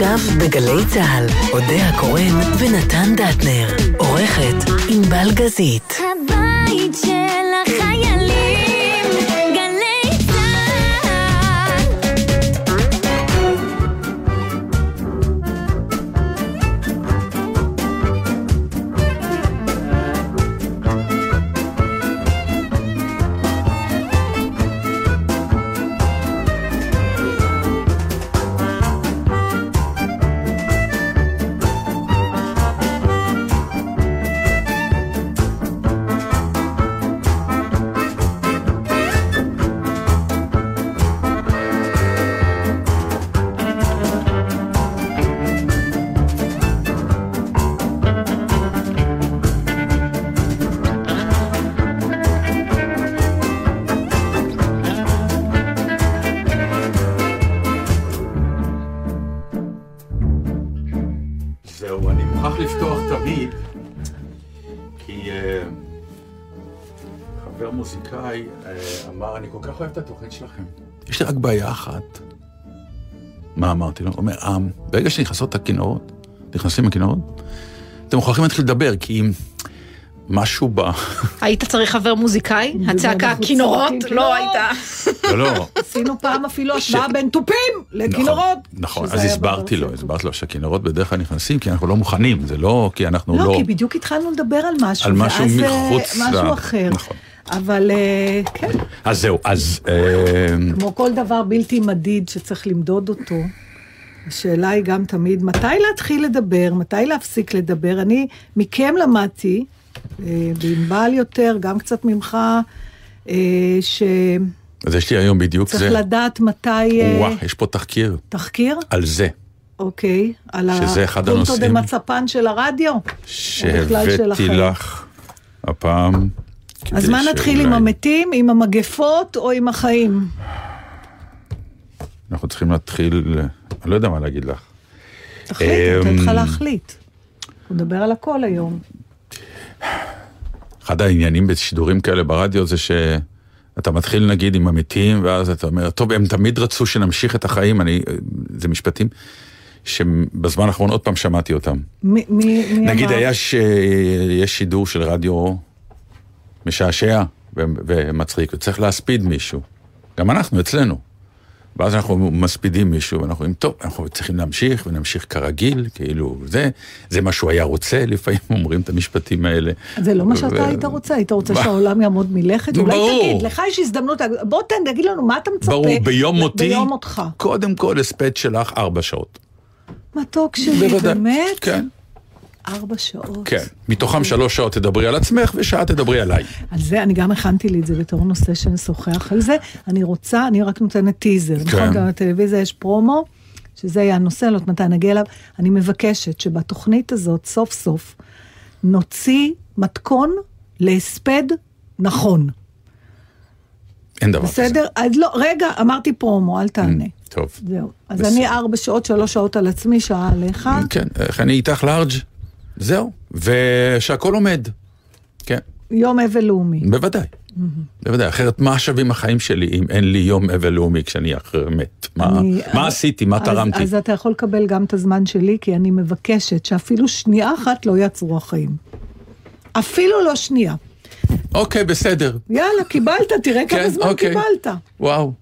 עכשיו בגלי צהל, אודיה הקורן ונתן דטנר, עורכת ענבל גזית. הבית של החיילים, גלי צהל. מוזיקאי אמר, אני כל כך אוהב את התוכנית שלכם. יש לי רק בעיה אחת. מה אמרתי לו? הוא אומר, ברגע שנכנסות הכינורות, נכנסים הכינורות, אתם מוכרחים להתחיל לדבר, כי אם משהו בא... היית צריך חבר מוזיקאי? הצעקה כינורות? לא הייתה. לא. עשינו פעם אפילו השוואה בין תופים לכינורות. נכון, אז הסברתי לו שהכינורות בדרך כלל נכנסים, כי אנחנו לא מוכנים, זה לא כי אנחנו לא... לא, כי בדיוק התחלנו לדבר על משהו. על משהו מחוץ... משהו אחר. נכון. אבל כן. אז זהו, אז... כמו כל דבר בלתי מדיד שצריך למדוד אותו, השאלה היא גם תמיד, מתי להתחיל לדבר, מתי להפסיק לדבר. אני מכם למדתי, בענבל יותר, גם קצת ממך, אז יש לי היום בדיוק זה... צריך לדעת מתי... יש פה תחקיר. תחקיר? על זה. אוקיי, על שזה אחד הנושאים... פונטו דמצפן של הרדיו? שהבאתי לך הפעם... אז מה נתחיל עם המתים, עם המגפות או עם החיים? אנחנו צריכים להתחיל, אני לא יודע מה להגיד לך. תחליט, אתה צריכה להחליט. הוא מדבר על הכל היום. אחד העניינים בשידורים כאלה ברדיו זה שאתה מתחיל נגיד עם המתים, ואז אתה אומר, טוב, הם תמיד רצו שנמשיך את החיים, זה משפטים שבזמן האחרון עוד פעם שמעתי אותם. נגיד יש שידור של רדיו משעשע ומצחיק, וצריך להספיד מישהו. גם אנחנו אצלנו. ואז אנחנו מספידים מישהו, ואנחנו אומרים, טוב, אנחנו צריכים להמשיך, ונמשיך כרגיל, כאילו, זה מה שהוא היה רוצה, לפעמים אומרים את המשפטים האלה. זה לא מה שאתה היית רוצה, היית רוצה שהעולם יעמוד מלכת, אולי תגיד, לך יש הזדמנות, בוא תגיד לנו, מה אתה מצפה? ברור, ביום מותי, ביום אותך. קודם כל, הספד שלך 4 שעות. מתוק שלי, באמת? כן. 4 שעות. כן, מתוכם 3 שעות תדברי על עצמך, ושעה תדברי עליי. על זה, אני גם הכנתי לי את זה בתור נושא שנשוחח על זה. אני רק נותנת טיזר. נכון, גם בטלוויזיה יש פרומו, שזה היה הנושא, לא מתי נגיע אליו. אני מבקשת שבתוכנית הזאת, סוף סוף, נוציא מתכון להספד נכון. אין דבר כזה. בסדר? אז לא, רגע, אמרתי פרומו, אל תענה. טוב. זהו. אז אני 4 שעות, 3 שעות על עצמי, שעה עליך. כן, איך אני איתך לארג' זהו, ושהכל עומד. כן. יום אבל לאומי. בוודאי. בוודאי, אחרת מה שווים החיים שלי אם אין לי יום אבל לאומי כשאני אחר מת? מה עשיתי? מה תרמתי? אז אתה יכול לקבל גם את הזמן שלי, כי אני מבקשת שאפילו שנייה אחת לא יעצרו החיים. אפילו לא שנייה. אוקיי, בסדר. יאללה, קיבלת, תראה כמה זמן קיבלת. וואו.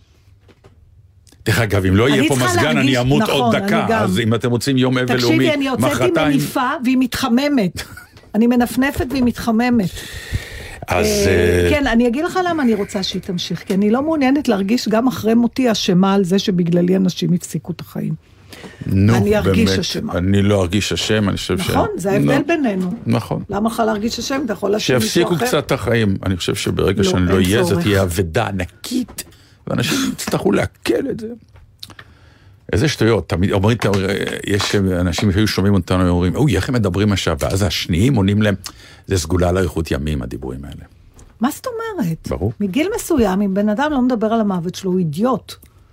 דרך אגב, אם לא יהיה פה מזגן, אני אמות עוד דקה, אז אם אתם רוצים יום אבל לאומי, תקשיבי, אני יוצאתי מניפה והיא מתחממת. אני מנפנפת והיא מתחממת. אז... כן, אני אגיד לך למה אני רוצה שהיא תמשיך, כי אני לא מעוניינת להרגיש גם אחרי מותי אשמה על זה שבגללי אנשים הפסיקו את החיים. אני ארגיש אשמה. אני לא ארגיש אשם, אני חושב ש... נכון, זה ההבדל בינינו. נכון. למה לך להרגיש אשם? אתה יכול להשאיר מישהו אחר? שיפסיקו קצת את החיים. אני חושב שברגע שאני לא אהיה, זאת תהיה עבודה ענקית. ואנשים יצטרכו להקל את זה. איזה שטויות, תמיד אומרים, יש אנשים שהיו שומעים אותנו, אומרים, איך הם מדברים עכשיו, ואז השניים עונים להם, זה סגולה לאריכות ימים, הדיבורים האלה. מה זאת אומרת? ברור. מגיל מסוים, אם בן אדם לא מדבר על המוות שלו, הוא אידיוט.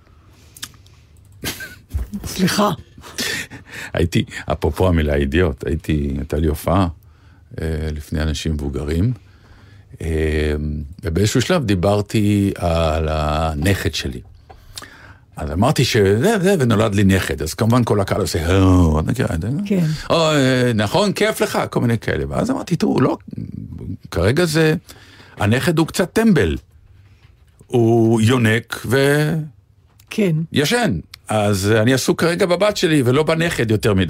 סליחה. הייתי, אפרופו המילה אידיוט, הייתה לי הופעה לפני אנשים מבוגרים, ובאיזשהו שלב דיברתי על הנכד שלי. אז אמרתי שזה, ונולד לי נכד, אז כמובן כל הקהל עושה, את מכירה את זה? כן. נכון, כיף לך, כל מיני כאלה. ואז אמרתי, תראו, לא, כרגע זה, הנכד הוא קצת טמבל. הוא יונק וישן. אז אני עסוק כרגע בבת שלי, ולא בנכד יותר מדי.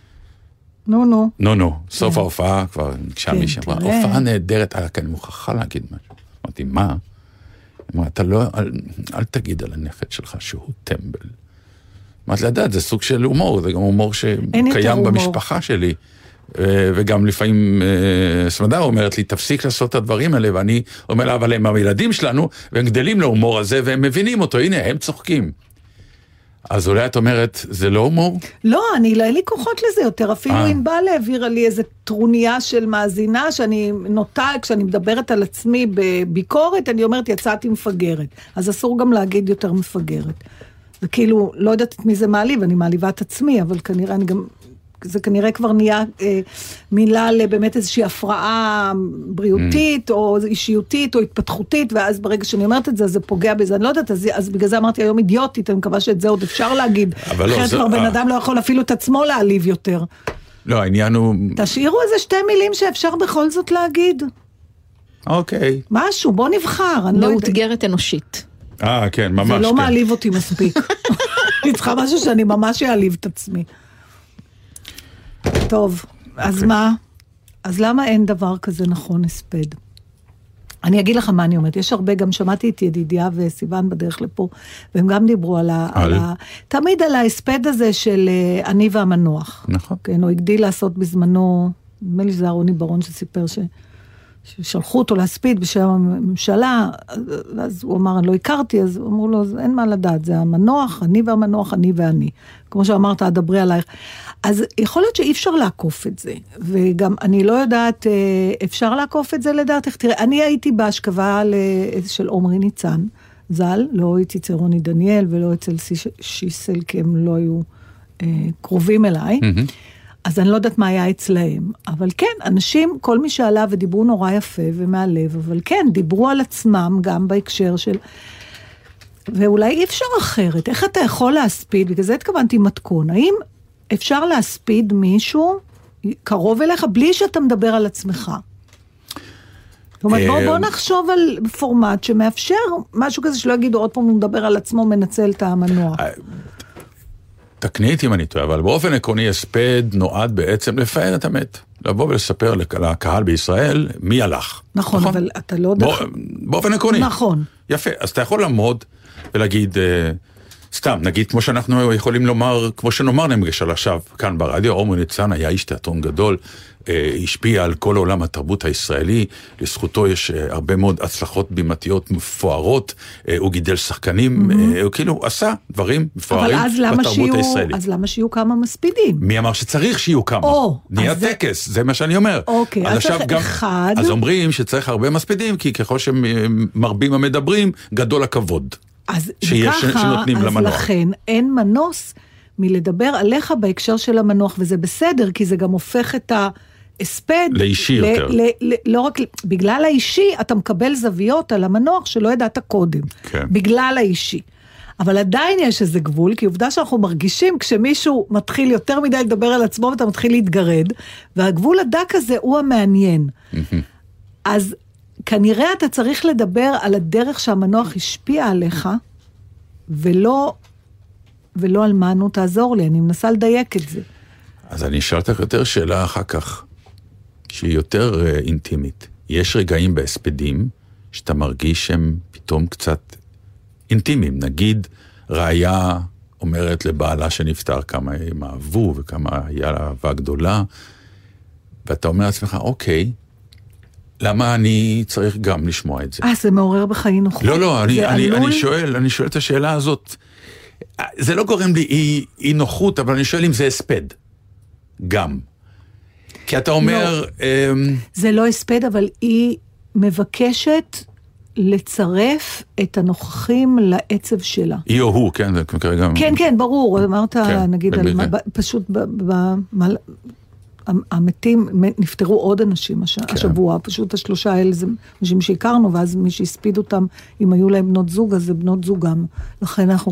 נו. סוף ההופעה כבר נקשה מישהו. הופעה נהדרת, אני מוכרחה להגיד משהו. אמרתי, מה? אתה לא, אל תגיד על הנכד שלך שהוא טמבל. אמרת לדעת, זה סוג של הומור, זה גם הומור שקיים במשפחה שלי. וגם לפעמים סמדר אומרת לי, תפסיק לעשות את הדברים האלה, ואני אומר לה, אבל הם הילדים שלנו, והם גדלים להומור הזה, והם מבינים אותו, הנה, הם צוחקים. אז אולי את אומרת, זה לא הומור? לא, אין לי כוחות לזה יותר, אפילו ענבל העבירה לי איזו טרוניה של מאזינה, שאני נוטה, כשאני מדברת על עצמי בביקורת, אני אומרת, יצאתי מפגרת. אז אסור גם להגיד יותר מפגרת. זה כאילו, לא יודעת את מי זה מעליב, אני מעליבה את עצמי, אבל כנראה אני גם... זה כנראה כבר נהיה מילה לבאמת איזושהי הפרעה בריאותית, או אישיותית, או התפתחותית, ואז ברגע שאני אומרת את זה, זה פוגע בזה, אני לא יודעת, אז בגלל זה אמרתי היום אידיוטית, אני מקווה שאת זה עוד אפשר להגיד, אחרת כבר בן אדם לא יכול אפילו את עצמו להעליב יותר. לא, העניין הוא... תשאירו איזה 2 מילים שאפשר בכל זאת להגיד. אוקיי. משהו, בוא נבחר. מאותגרת אנושית. כן, ממש. זה לא מעליב אותי מספיק. אני צריכה משהו שאני ממש אעליב את עצמי. טוב, אז מה? אז למה אין דבר כזה נכון הספד? אני אגיד לך מה אני אומרת, יש הרבה, גם שמעתי את ידידיה וסיוון בדרך לפה, והם גם דיברו תמיד על ההספד הזה של אני והמנוח. נכון. כן, הוא הגדיל לעשות בזמנו, נדמה לי שזה רוני ברון שסיפר ששלחו אותו להספיד בשם הממשלה, אז הוא אמר, אני לא הכרתי, אז אמרו לו, אין מה לדעת, זה המנוח, אני והמנוח, אני ואני. כמו שאמרת, אדברי עלייך. אז יכול להיות שאי אפשר לעקוף את זה, וגם אני לא יודעת, אפשר לעקוף את זה לדעתך. תראה, אני הייתי בהשכבה של עומרי ניצן, ז"ל, לא הייתי אצל רוני דניאל, ולא אצל שיסל, כי הם לא היו קרובים אליי, אז אני לא יודעת מה היה אצלהם, אבל כן, אנשים, כל מי שעלה ודיברו נורא יפה ומהלב, אבל כן, דיברו על עצמם גם בהקשר של, ואולי אי אפשר אחרת, איך אתה יכול להספיד, בגלל זה התכוונתי מתכון, האם אפשר להספיד מישהו קרוב אליך, בלי שאתה מדבר על עצמך? זאת אומרת, בוא נחשוב על פורמט שמאפשר משהו כזה, שלא יגידו עוד פעם הוא מדבר על עצמו, מנצל את המנוח. תקני איתי אם אני טועה, אבל באופן עקרוני הספד נועד בעצם לפאר את המת. לבוא ולספר לקהל בישראל מי הלך. נכון, אבל אתה לא יודע... באופן עקרוני. נכון. יפה, אז אתה יכול לעמוד ולהגיד, סתם, נגיד כמו שאנחנו יכולים לומר, כמו שנאמר למשל עכשיו כאן ברדיו, עומרי ניצן היה איש תיאטרון גדול, השפיע על כל עולם התרבות הישראלי, לזכותו יש הרבה מאוד הצלחות בימתיות מפוארות, הוא גידל שחקנים, הוא כאילו עשה דברים מפוארים בתרבות הישראלית. אז למה שיהיו כמה מספידים? מי אמר שצריך שיהיו כמה? נהיה טקס, זה מה שאני אומר. אוקיי, אז אחד... אז אומרים שצריך הרבה מספידים, כי ככל שמרבים המדברים, גדול הכבוד. אז ככה, אז לכן אין מנוס מלדבר עליך בהקשר של המנוח, וזה בסדר, כי זה גם הופך את ההספד לאישי יותר. לא רק, בגלל האישי, אתה מקבל זוויות על המנוח שלא ידעת קודם. כן. בגלל האישי. אבל עדיין יש איזה גבול, כי עובדה שאנחנו מרגישים כשמישהו מתחיל יותר מדי לדבר על עצמו, ואתה מתחיל להתגרד, והגבול הדק הזה הוא המעניין. אז כנראה אתה צריך לדבר על הדרך שהמנוח השפיע עליך, ולא על מנו, תעזור לי, אני מנסה לדייק את זה. אז אני אשאל אותך יותר שאלה אחר כך, שהיא יותר אינטימית. יש רגעים בהספדים, שאתה מרגיש שהם פתאום קצת אינטימיים. נגיד, רעיה אומרת לבעלה שנפטר כמה הם אהבו, וכמה היה לה אהבה גדולה, ואתה אומר לעצמך, אוקיי, למה אני צריך גם לשמוע את זה? זה מעורר בחיים נוחות. לא, אני שואל את השאלה הזאת, זה לא גורם לי אי נוחות, אבל אני שואל אם זה הספד. גם. כי אתה אומר... זה לא הספד, אבל היא מבקשת לצרף את הנוכחים לעצב שלה. היא או הוא, כן, זה כרגע... כן, ברור, אמרת, נגיד, פשוט המתים, נפטרו עוד אנשים השבוע, פשוט השלושה האלה זה אנשים שהכרנו, ואז מי שהספיד אותם, אם היו להם בנות זוג, אז זה בנות זוגם. לכן אנחנו...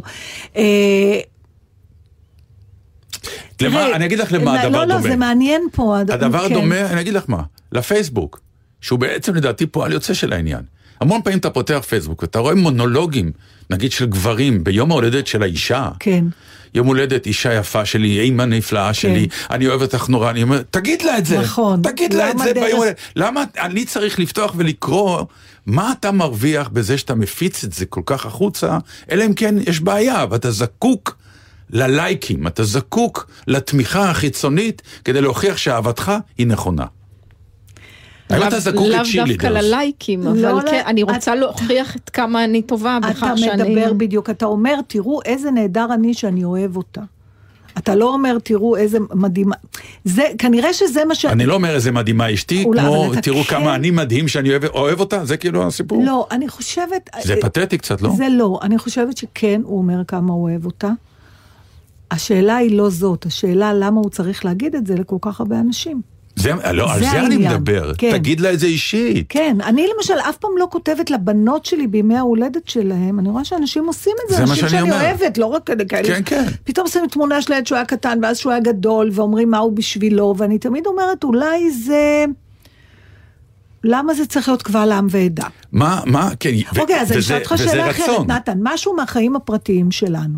אני אגיד לך למה הדבר דומה. לא, זה מעניין פה. הדבר דומה, אני אגיד לך מה, לפייסבוק, שהוא בעצם לדעתי פועל יוצא של העניין. המון פעמים אתה פותח פייסבוק, ואתה רואה מונולוגים, נגיד של גברים, ביום ההולדת של האישה. כן. יום הולדת, אישה יפה שלי, אימא נפלאה שלי, אני אוהב אותך נורא, אני אומר, תגיד לה את זה. נכון. תגיד לה את זה ביום הולדת. למה אני צריך לפתוח ולקרוא, מה אתה מרוויח בזה שאתה מפיץ את זה כל כך החוצה, אלא אם כן יש בעיה, ואתה זקוק ללייקים, אתה זקוק לתמיכה החיצונית, כדי להוכיח שאהבתך היא נכונה. האם אתה זקוק לאו דווקא ללייקים, אבל כן, אני רוצה להוכיח את כמה אני טובה בכך שאני... אתה מדבר בדיוק, אתה אומר, תראו איזה נהדר אני שאני אוהב אותה. אתה לא אומר, תראו איזה מדהימה... כנראה שזה מה ש... אני לא אומר איזה מדהימה אשתי, כמו תראו כמה אני מדהים שאני אוהב אותה, זה כאילו הסיפור. לא, אני חושבת... זה פתטי קצת, לא? זה לא, אני חושבת שכן, הוא אומר כמה הוא אוהב אותה. השאלה היא לא זאת, השאלה למה הוא צריך להגיד את זה לכל כך הרבה אנשים. לא, על זה אני מדבר. תגיד לה את זה אישית. כן, אני למשל אף פעם לא כותבת לבנות שלי בימי ההולדת שלהם, אני רואה שאנשים עושים את זה, זה אנשים שאני אוהבת, לא רק כאלה. כן, כן. פתאום שמים תמונה שלהם שהוא היה קטן, ואז שהוא היה גדול, ואומרים מה הוא בשבילו, ואני תמיד אומרת, אולי זה... למה זה צריך להיות קבל עם ועדה? מה? כן. אוקיי, אז אני אשאל אותך שאלה אחרת, נתן, משהו מהחיים הפרטיים שלנו.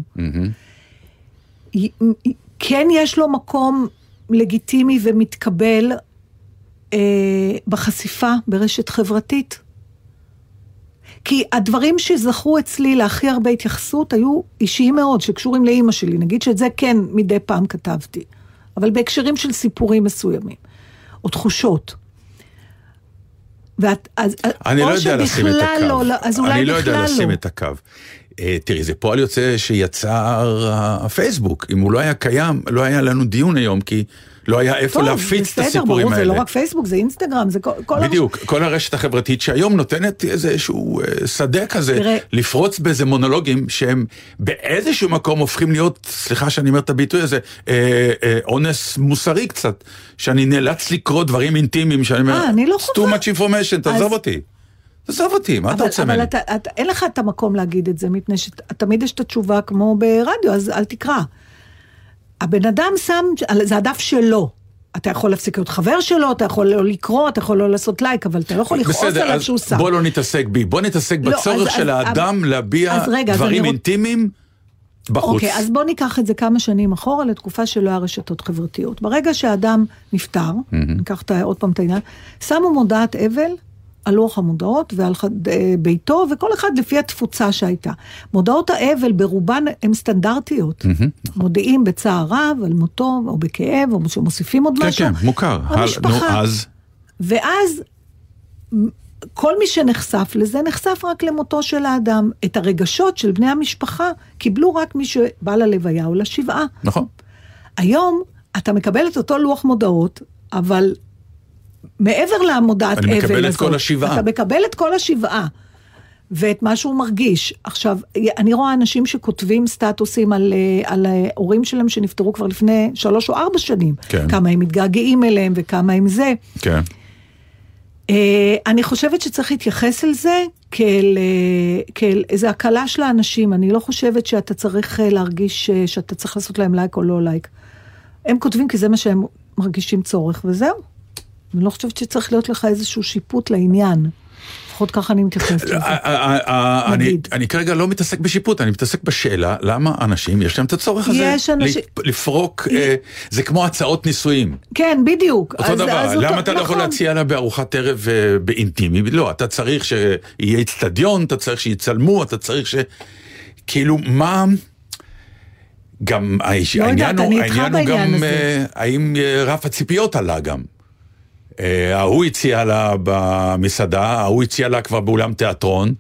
כן יש לו מקום לגיטימי ומתקבל בחשיפה ברשת חברתית. כי הדברים שזכרו אצלי להכי הרבה התייחסות היו אישיים מאוד, שקשורים לאמא שלי. נגיד שאת זה כן מדי פעם כתבתי. אבל בהקשרים של סיפורים מסוימים. או תחושות. אני לא יודע לשים את הקו. אני לא יודע לשים את הקו. תראי, זה פועל יוצא שיצר הפייסבוק. אם הוא לא היה קיים, לא היה לנו דיון היום, כי לא היה איפה להפיץ את הסיפורים האלה. זה לא רק פייסבוק, זה אינסטגרם, זה כל... בדיוק, כל הרשת החברתית שהיום נותנת איזשהו שדה כזה, לפרוץ באיזה מונולוגים שהם באיזשהו מקום הופכים להיות, סליחה שאני אומר את הביטוי הזה, אונס מוסרי קצת, שאני נאלץ לקרוא דברים אינטימיים, שאני אומר, too much information, תעזוב אותי. תעזוב אותי, מה אתה רוצה ממני? אבל אין לך את המקום להגיד את זה, מפני שתמיד יש את התשובה כמו ברדיו, אז אל תקרא. הבן אדם שם, זה הדף שלו. אתה יכול להפסיק להיות חבר שלו, אתה יכול לא לקרוא, אתה יכול לא לעשות לייק, אבל אתה לא יכול לכעוס עליו שהוא שם. בוא לא נתעסק בי, בוא נתעסק בצורך של האדם להביע דברים אינטימיים בחוץ. אוקיי, אז בוא ניקח את זה כמה שנים אחורה, לתקופה שלא היה רשתות חברתיות. ברגע שהאדם נפטר, ניקח עוד פעם את העניין, שמו מודעת אבל, על לוח המודעות ועל ביתו, וכל אחד לפי התפוצה שהייתה. מודעות האבל ברובן הן סטנדרטיות. מודיעים בצער רב, על מותו, או בכאב, או שמוסיפים עוד משהו. כן, מוכר. ואז כל מי שנחשף לזה, נחשף רק למותו של האדם. את הרגשות של בני המשפחה קיבלו רק מי שבא ללוויה או לשבעה. נכון. היום אתה מקבל את אותו לוח מודעות, אבל... מעבר למודעת אבל אני מקבל את כל השבעה. אתה מקבל את כל השבעה, ואת מה שהוא מרגיש. עכשיו, אני רואה אנשים שכותבים סטטוסים על הורים שלהם שנפטרו כבר לפני 3 או 4 שנים. כן. כמה הם מתגעגעים אליהם וכמה הם זה. כן. אני חושבת שצריך להתייחס אל זה כאל איזו הקלה של האנשים. אני לא חושבת שאתה צריך להרגיש שאתה צריך לעשות להם לייק או לא לייק. הם כותבים כי זה מה שהם מרגישים צורך, וזהו. אני לא חושבת שצריך להיות לך איזשהו שיפוט לעניין. לפחות ככה אני מתייחסת לזה. אני כרגע לא מתעסק בשיפוט, אני מתעסק בשאלה, למה אנשים יש להם את הצורך הזה? לפרוק, זה כמו הצעות נישואים. כן, בדיוק. אותו דבר, למה אתה לא יכול להציע לה בארוחת ערב באינטימי? לא, אתה צריך שיהיה אצטדיון, אתה צריך שיצלמו, אתה צריך ש... כאילו, מה... גם העניין הוא גם, האם רף הציפיות עלה גם? ההוא הציע לה במסעדה, ההוא הציע לה כבר באולם תיאטרון.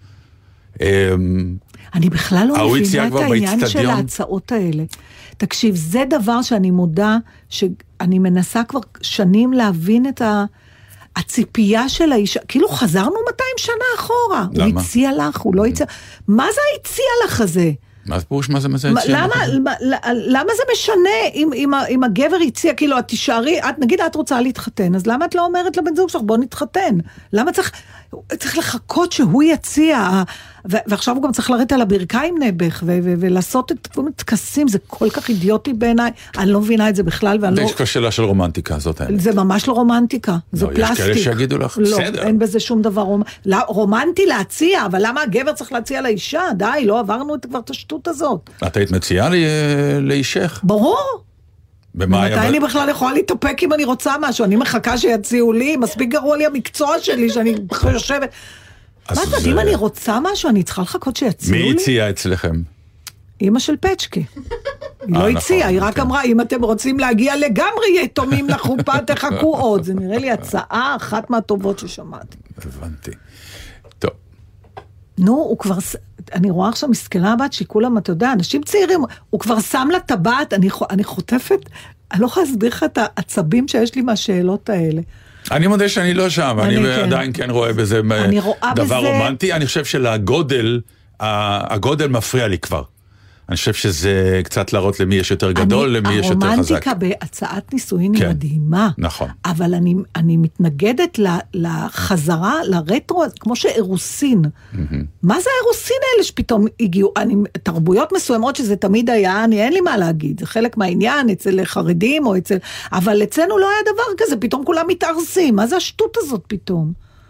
אני בכלל לא מבינה את העניין של ההצעות האלה. תקשיב, זה דבר שאני מודה, שאני מנסה כבר שנים להבין את הציפייה של האישה, כאילו חזרנו 200 שנה אחורה. למה? הוא הציע לך, הוא לא הציע. מה זה הציע לך הזה? מה זה פירוש? מה זה מזהה יציאה? למה זה משנה אם הגבר הציע, כאילו, את תישארי, נגיד את רוצה להתחתן, אז למה את לא אומרת לבן זוג שלך, בוא נתחתן? למה צריך לחכות שהוא יציע, ועכשיו הוא גם צריך לרדת על הברכיים נעבך, ולעשות את כל מיני תקסים, זה כל כך אידיוטי בעיניי, אני לא מבינה את זה בכלל, ואני לא... זה יש שאלה של רומנטיקה, זאת האמת. זה ממש לא רומנטיקה, זה פלסטיק. יש כאלה שיגידו לך, בסדר. לא, אין בזה שום דבר רומנטי להציע, אבל למה הגבר צריך להציע לאישה? די, לא עברנו כבר את השטות הזאת. את היית מציעה לאישך? ברור. מתי אני בכלל יכולה להתאפק אם אני רוצה משהו? אני מחכה שיציעו לי, מספיק גרוע לי המקצוע שלי, שאני חושבת... מה זה, אם אני רוצה משהו, אני צריכה לחכות שיציעו לי? מי הציעה אצלכם? אמא של פצ'קי. היא לא הציעה, היא רק אמרה, אם אתם רוצים להגיע לגמרי יתומים לחופה, תחכו עוד. זה נראה לי הצעה אחת מהטובות ששמעתי. הבנתי. טוב. נו, הוא כבר... אני רואה עכשיו מסכנה הבת שכולם, אתה יודע, אנשים צעירים, הוא כבר שם לה טבעת, אני חוטפת, אני לא יכולה להסביר לך את העצבים שיש לי מהשאלות האלה. אני מודה שאני לא שם, אני עדיין כן רואה בזה דבר רומנטי, אני חושב שלגודל, הגודל מפריע לי כבר. אני חושב שזה קצת להראות למי יש יותר גדול, למי יש יותר חזק. הרומנטיקה בהצעת נישואין היא מדהימה. נכון. אבל אני מתנגדת לחזרה, לרטרו, כמו שאירוסין. מה זה האירוסין האלה שפתאום הגיעו? תרבויות מסוימות שזה תמיד היה, אין לי מה להגיד. זה חלק מהעניין, אצל חרדים או אצל... אבל אצלנו לא היה דבר כזה, פתאום כולם מתארסים. מה זה השטות הזאת פתאום?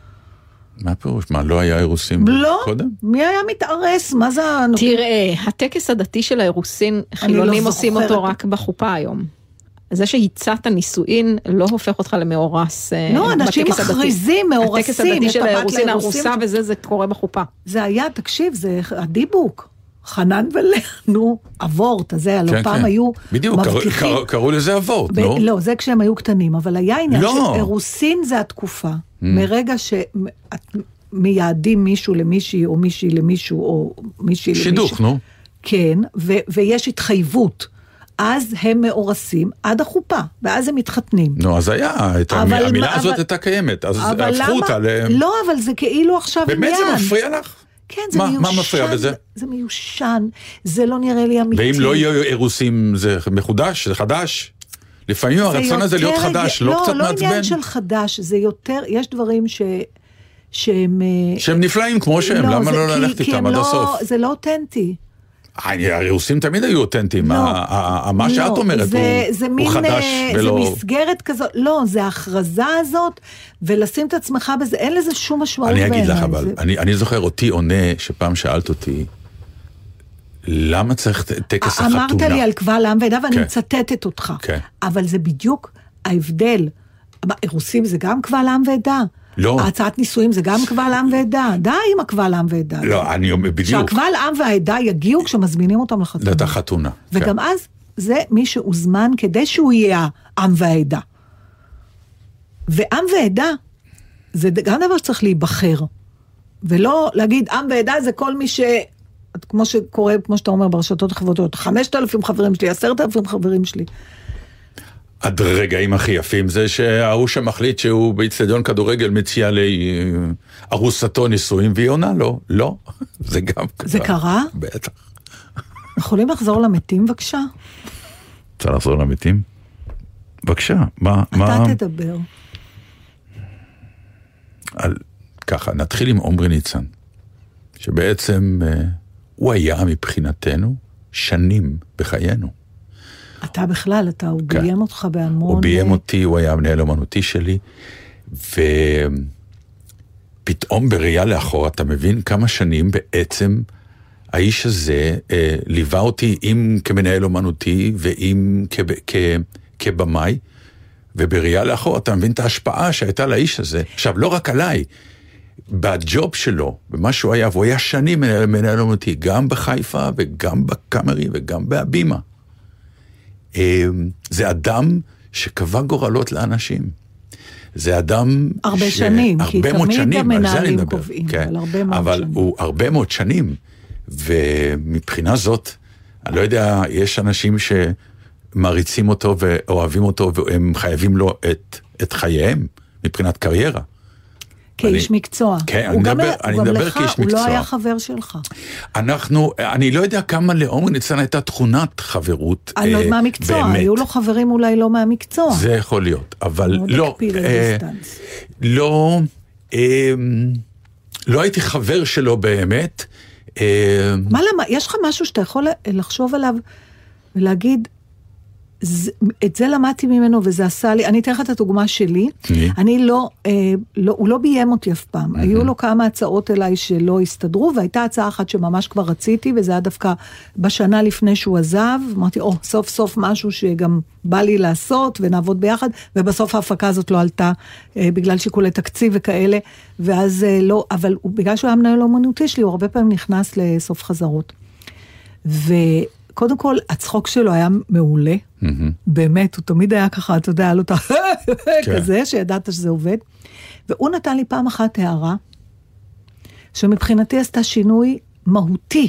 מה הפירוש? מה, לא היה אירוסין קודם? מי היה מתארס? מה זה... תראה, הטקס הדתי של האירוסין, חילונים עושים אותו רק בחופה היום. זה שהצעת נישואין לא הופך אותך למאורס. לא, אנשים מכריזים, מאורסים. הטקס הדתי של האירוסין, הרוסה וזה, זה קורה בחופה. זה היה, תקשיב, זה הדיבוק. חנן ולנו, אבורט, הזה, הלא פעם היו בדיוק, קראו לזה אבורט, לא? לא, זה כשהם היו קטנים, אבל היה עניין שאירוסין זה התקופה. מרגע שמייעדים מישהו למישהי, או מישהי למישהו, או מישהי למישהו. שידוך, נו. כן, ויש התחייבות. אז הם מאורסים עד החופה, ואז הם מתחתנים. נו, אז היה, המילה הזאת הייתה קיימת, אז הפכו אותה ל... לא, אבל זה כאילו עכשיו עניין. באמת זה מפריע לך? כן, זה מיושן. מה מפריע בזה? זה מיושן, זה לא נראה לי אמיתי. ואם לא יהיו אירוסים, זה מחודש, זה חדש? לפעמים הרצון הזה להיות חדש, לא קצת מעצבן? לא עניין של חדש, זה יותר, יש דברים שהם נפלאים כמו שהם, למה לא ללכת איתם עד הסוף? זה לא אותנטי. האירוסים תמיד היו אותנטיים, מה שאת אומרת הוא חדש ולא... זה מסגרת כזאת, לא, זה ההכרזה הזאת, ולשים את עצמך בזה, אין לזה שום משמעות בעיניי. אני אגיד לך, אבל אני זוכר אותי עונה, שפעם שאלת אותי, למה צריך טקס החתונה? אמרת לי על קבל עם ועדה, ואני מצטטת אותך, אבל זה בדיוק ההבדל, אירוסים זה גם קבל עם ועדה, לא. הצעת נישואים זה גם קבל עם ועדה. די עם הקבל עם ועדה. לא, אני אומר בדיוק. שהקבל עם והעדה יגיעו כשמזמינים אותם לחתונה. לחתונה. וגם אז זה מי שהוזמן כדי שהוא יהיה עם והעדה. ועם ועדה זה גם דבר שצריך להיבחר. ולא להגיד עם ועדה זה כל מי כמו שקורה, כמו שאתה אומר ברשתות החברתיות, 5,000 חברים שלי, 10,000 חברים שלי. הרגעים הכי יפים זה שההוא שמחליט שהוא באצטדיון כדורגל מציע לארוסתו נישואים והיא עונה לו. לא, זה גם קרה. זה קרה? בטח. יכולים לחזור למתים בבקשה? רוצה לחזור למתים? בבקשה. אתה תדבר. ככה, נתחיל עם עומרי ניצן, שבעצם הוא היה מבחינתנו שנים בחיינו. אתה בכלל, הוא ביים אותך בהמון... הוא ביים אותי, הוא היה המנהל אומנותי שלי, ופתאום בראייה לאחור, אתה מבין כמה שנים בעצם האיש הזה ליווה אותי, אם כמנהל אומנותי, ואם כבמאי, ובראייה לאחור אתה מבין את ההשפעה שהייתה לאיש הזה. עכשיו, לא רק עליי, בג'וב שלו, במה שהוא היה, והוא היה שנים מנהל אומנותי, גם בחיפה, וגם בקאמרי, וגם בהבימה. זה אדם שקבע גורלות לאנשים. זה אדם... הרבה שנים, כי תמיד המנהלים קובעים, אבל הרבה מאוד שנים. אבל הוא הרבה מאוד שנים, ומבחינה זאת, אני לא יודע, יש אנשים שמריצים אותו ואוהבים אותו, והם חייבים לו את חייהם, מבחינת קריירה. כאיש מקצוע. כן, אני מדבר כאיש מקצוע. הוא לא היה חבר שלך. אני לא יודע כמה לעומרי ניצן הייתה תכונת חברות. אני לא יודעת מהמקצוע, היו לו חברים אולי לא מהמקצוע. זה יכול להיות, אבל לא הייתי חבר שלו באמת. מה למה? יש לך משהו שאתה יכול לחשוב עליו ולהגיד, את זה למדתי ממנו וזה עשה לי, אני אתן לך את הדוגמה שלי, הוא לא ביים אותי אף פעם, היו לו כמה הצעות אליי שלא הסתדרו, והייתה הצעה אחת שממש כבר רציתי, וזה היה דווקא בשנה לפני שהוא עזב, אמרתי, סוף סוף משהו שגם בא לי לעשות, ונעבוד ביחד, ובסוף ההפקה הזאת לא עלתה, בגלל שיקולי תקציב וכאלה, ואז לא, אבל בגלל שהוא היה מנהל אומנותי שלי, הוא הרבה פעמים נכנס לסוף חזרות. קודם כל, הצחוק שלו היה מעולה, באמת, הוא תמיד היה ככה, אתה יודע, לא כזה, שידעת שזה עובד, והוא נתן לי פעם אחת הערה, שמבחינתי עשתה שינוי מהותי,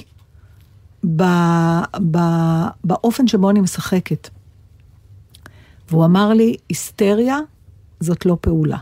באופן שבו אני משחקת. והוא אמר לי, היסטריה זאת לא פעולה.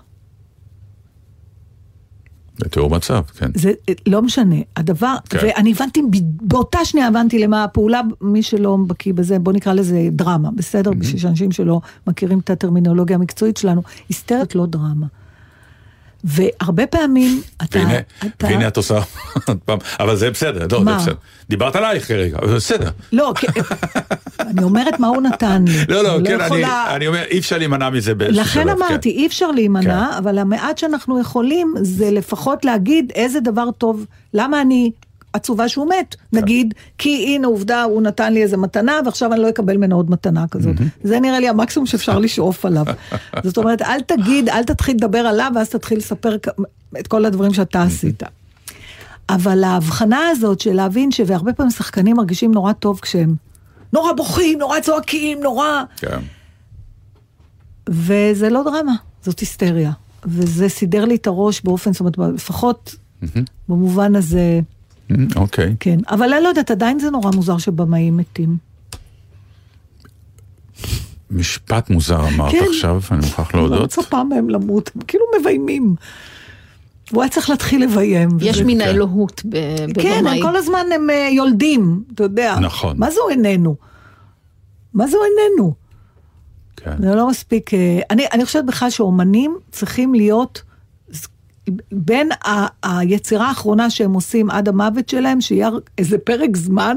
זה תיאור מצב, כן. זה לא משנה, הדבר, כן. ואני הבנתי, באותה שנייה הבנתי למה הפעולה, מי שלא בקיא בזה, בוא נקרא לזה דרמה, בסדר? בשביל שאנשים שלא מכירים את הטרמינולוגיה המקצועית שלנו, היסטרית לא דרמה. והרבה פעמים והנה את עושה, אבל זה בסדר, לא, זה בסדר. דיברת עלייך כרגע, אבל זה בסדר. לא, אני אומרת מה הוא נתן לי. לא, כן, אני אומר, אי אפשר להימנע מזה. לכן אמרתי, אי אפשר להימנע, אבל המעט שאנחנו יכולים, זה לפחות להגיד איזה דבר טוב, למה אני עצובה שהוא מת, נגיד, כי הנה עובדה, הוא נתן לי איזה מתנה, ועכשיו אני לא אקבל ממנו עוד מתנה כזאת. זה נראה לי המקסימום שאפשר לשאוף עליו. זאת אומרת, אל תתחיל לדבר עליו, ואז תתחיל לספר את כל הדברים שאתה עשית. אבל ההבחנה הזאת של להבין והרבה פעמים שחקנים מרגישים נורא טוב כשהם נורא בוכים, נורא צועקים, נורא... כן. וזה לא דרמה, זאת היסטריה. וזה סידר לי את הראש באופן, זאת אומרת, לפחות במובן הזה... אוקיי. כן, אבל אני לא יודעת, עדיין זה נורא מוזר שבמאים מתים. משפט מוזר אמרת עכשיו, אני מוכרח להודות. לא מצפה מהם למות, הם כאילו מביימים. הוא היה צריך להתחיל לביים. יש מן האלוהות בבמאי. כן, כל הזמן הם יולדים, אתה יודע. נכון. מה זו איננו? מה זו איננו? כן. זה לא מספיק, אני חושבת בכלל שאומנים צריכים להיות... בין היצירה האחרונה שהם עושים עד המוות שלהם, שיהיה איזה פרק זמן,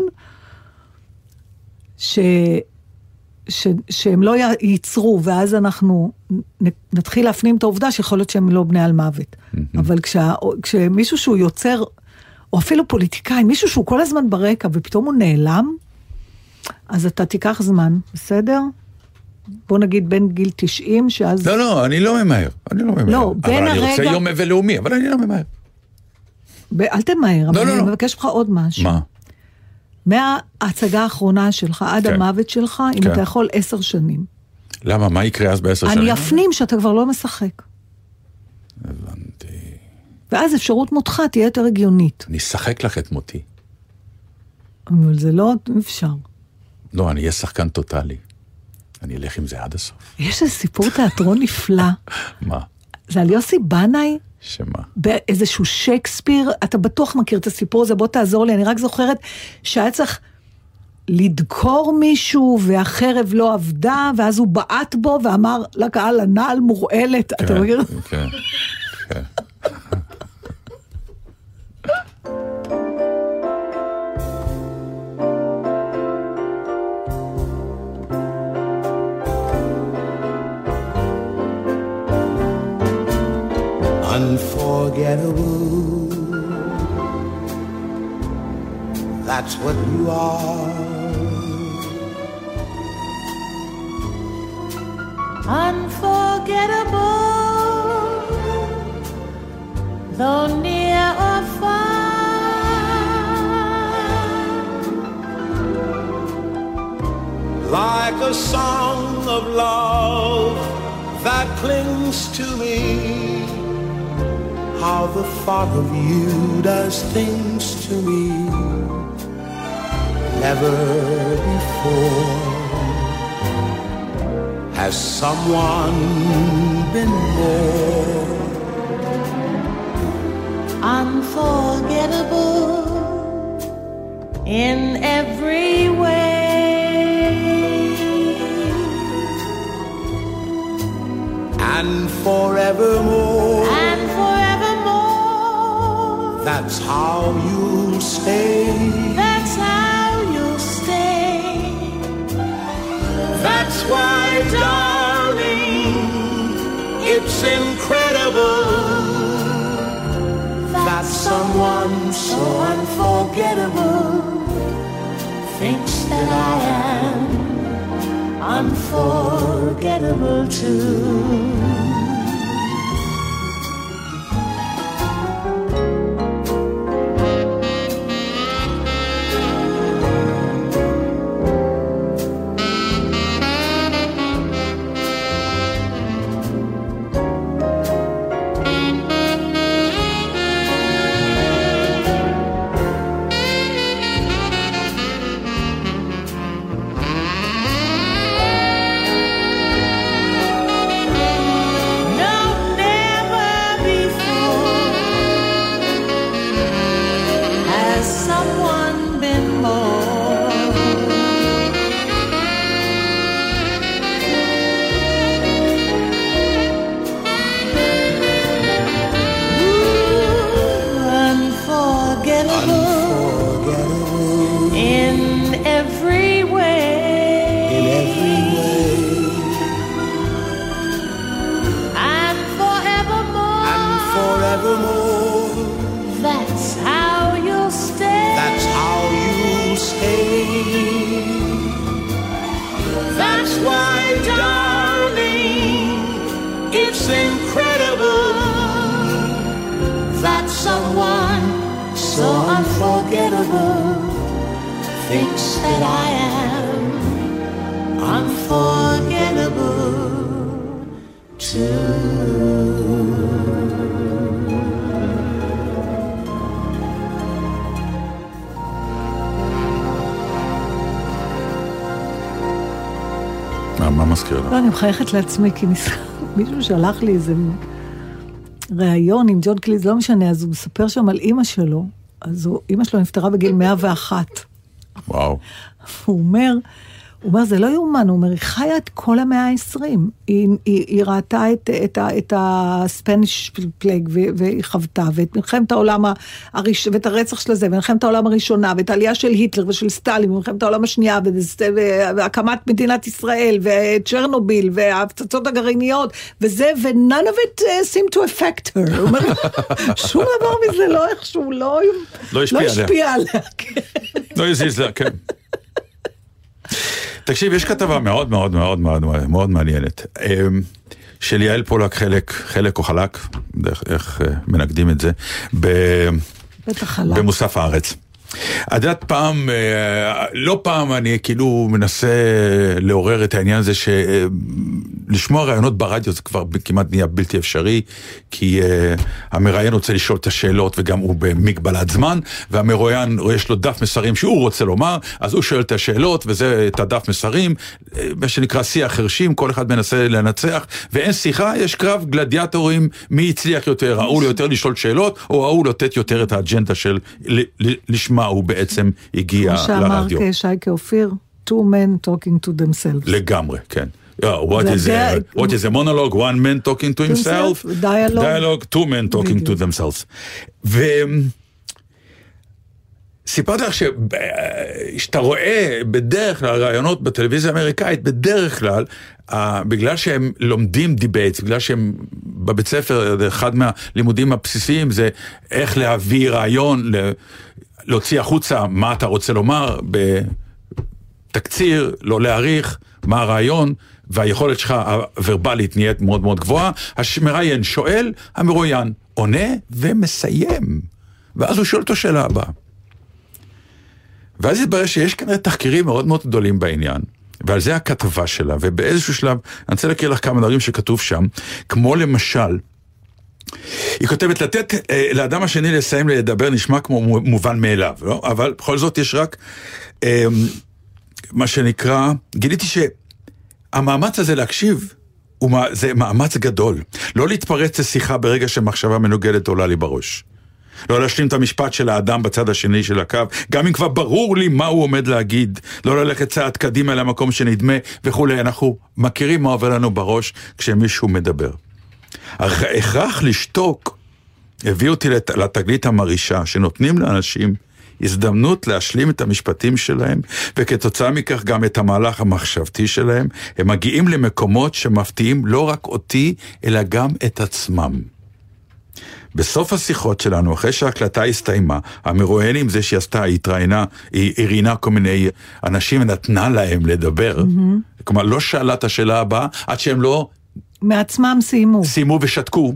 שהם לא ייצרו, ואז אנחנו נתחיל להפנים את העובדה, שיכול להיות שהם לא בני על מוות. אבל כשמישהו שהוא יוצר, או אפילו פוליטיקאי, מישהו שהוא כל הזמן ברקע, ופתאום הוא נעלם, אז אתה תיקח זמן, בסדר? בוא נגיד בין גיל 90, שאז... לא, אני לא ממהר. לא, אבל אני רוצה יום אבל לאומי, אבל אני לא ממהר. אל תמהר, אבל אני מבקש לך עוד משהו. מה? מההצגה האחרונה שלך, עד המוות שלך, אם אתה יכול 10 שנים. למה? מה יקרה אז ב10 שנים? אני אפנים שאתה כבר לא משחק. הבנתי. ואז אפשרות מותך תהיה יותר הגיונית. אני אשחק לך את מותי. אבל זה לא אפשר. לא, אני אהיה שחקן טוטלי. אני אלך עם זה עד הסוף. יש איזה סיפור תיאטרון נפלא. מה? זה על יוסי בנאי. שמה? באיזשהו שייקספיר, אתה בטוח מכיר את הסיפור הזה, בוא תעזור לי, אני רק זוכרת שהיה צריך לדקור מישהו, והחרב לא עבדה, ואז הוא בעט בו, ואמר לקהל, הנעל מורעלת, אתה מכיר? כן, כן. Unforgettable, that's what you are. Unforgettable, though near or far. Like a song of love that clings to me, how the thought of you does things to me. Never before has someone been more unforgettable in every way, and forevermore, and forevermore. That's how you'll stay. That's how you'll stay. That's why, darling, it's incredible that someone so unforgettable thinks that I am unforgettable too. לא, אני מחייכת לעצמי, כי מישהו שלח לי איזה ראיון עם ג'ון קליז, לא משנה, אז הוא מספר שם על אמא שלו, אז אמא שלו נפטרה בגיל 101. וואו. הוא אומר, זה לא יאומן, הוא אומר, היא חיה את כל המאה ה-20, היא ראתה את הספניש פלייג, והיא חוותה, ואת מלחמת העולם ואת הרצח של זה, ומלחמת העולם הראשונה, ואת העלייה של היטלר ושל סטלין, ומלחמת העולם השנייה, והקמת מדינת ישראל, וצ'רנוביל, וההפצצות הגרעיניות, וזה, ו-none of it seemed to affect her. הוא אומר, שום דבר מזה לא איכשהו, לא השפיע עליה. לא הזיז לה, כן. תקשיב, יש כתבה מאוד מאוד מאוד מאוד מעניינת, של יעל פולק, חלק או חלק, איך מנגדים את זה, במוסף הארץ. עד פעם, לא פעם אני כאילו מנסה לעורר את העניין הזה שלשמוע רעיונות ברדיו זה כבר כמעט נהיה בלתי אפשרי, כי המראיין רוצה לשאול את השאלות וגם הוא במגבלת זמן, והמרואיין יש לו דף מסרים שהוא רוצה לומר, אז הוא שואל את השאלות וזה את הדף מסרים, מה שנקרא שיח חרשים, כל אחד מנסה לנצח, ואין שיחה, יש קרב גלדיאטורים, מי הצליח יותר, ההוא יותר לשאול שאלות, או ההוא לתת יותר את האג'נדה של לשמה הוא בעצם הגיע לרדיו. כמו שאמר שייקה אופיר, two men talking to themselves. לגמרי, כן. What is a monologue? One man talking to himself? Dialogue, two men talking to themselves. סיפרתי לך שאתה רואה בדרך כלל רעיונות בטלוויזיה האמריקאית, בדרך כלל, בגלל שהם לומדים דיבייטס, בגלל שהם בבית ספר, אחד מהלימודים הבסיסיים זה איך להביא רעיון, להוציא החוצה מה אתה רוצה לומר, בתקציר, לא להעריך, מה הרעיון, והיכולת שלך הוורבלית נהיית מאוד מאוד גבוהה, המראיין שואל, המרואיין עונה ומסיים, ואז הוא שואל אותו שאלה הבאה. ואז התברר שיש כנראה תחקירים מאוד מאוד גדולים בעניין, ועל זה הכתבה שלה, ובאיזשהו שלב, אני רוצה להכיר לך כמה דברים שכתוב שם, כמו למשל, היא כותבת לתת לאדם השני לסיים לדבר נשמע כמו מובן מאליו, לא? אבל בכל זאת יש רק מה שנקרא, גיליתי שהמאמץ הזה להקשיב, זה מאמץ גדול, לא להתפרץ לשיחה ברגע שמחשבה מנוגדת עולה לי בראש. לא להשלים את המשפט של האדם בצד השני של הקו, גם אם כבר ברור לי מה הוא עומד להגיד, לא ללכת צעד קדימה למקום שנדמה וכו'. אנחנו מכירים מה עובר לנו בראש כשמישהו מדבר. ההכרח לשתוק הביא אותי לתגלית המרישה, שנותנים לאנשים הזדמנות להשלים את המשפטים שלהם, וכתוצאה מכך גם את המהלך המחשבתי שלהם. הם מגיעים למקומות שמפתיעים לא רק אותי, אלא גם את עצמם. בסוף השיחות שלנו, אחרי שההקלטה הסתיימה, המרואיין עם זה שהיא עשתה, היא הרינה כל מיני אנשים ונתנה להם לדבר. כלומר, לא שאלה את השאלה הבאה, עד שהם לא... מעצמם סיימו ושתקו.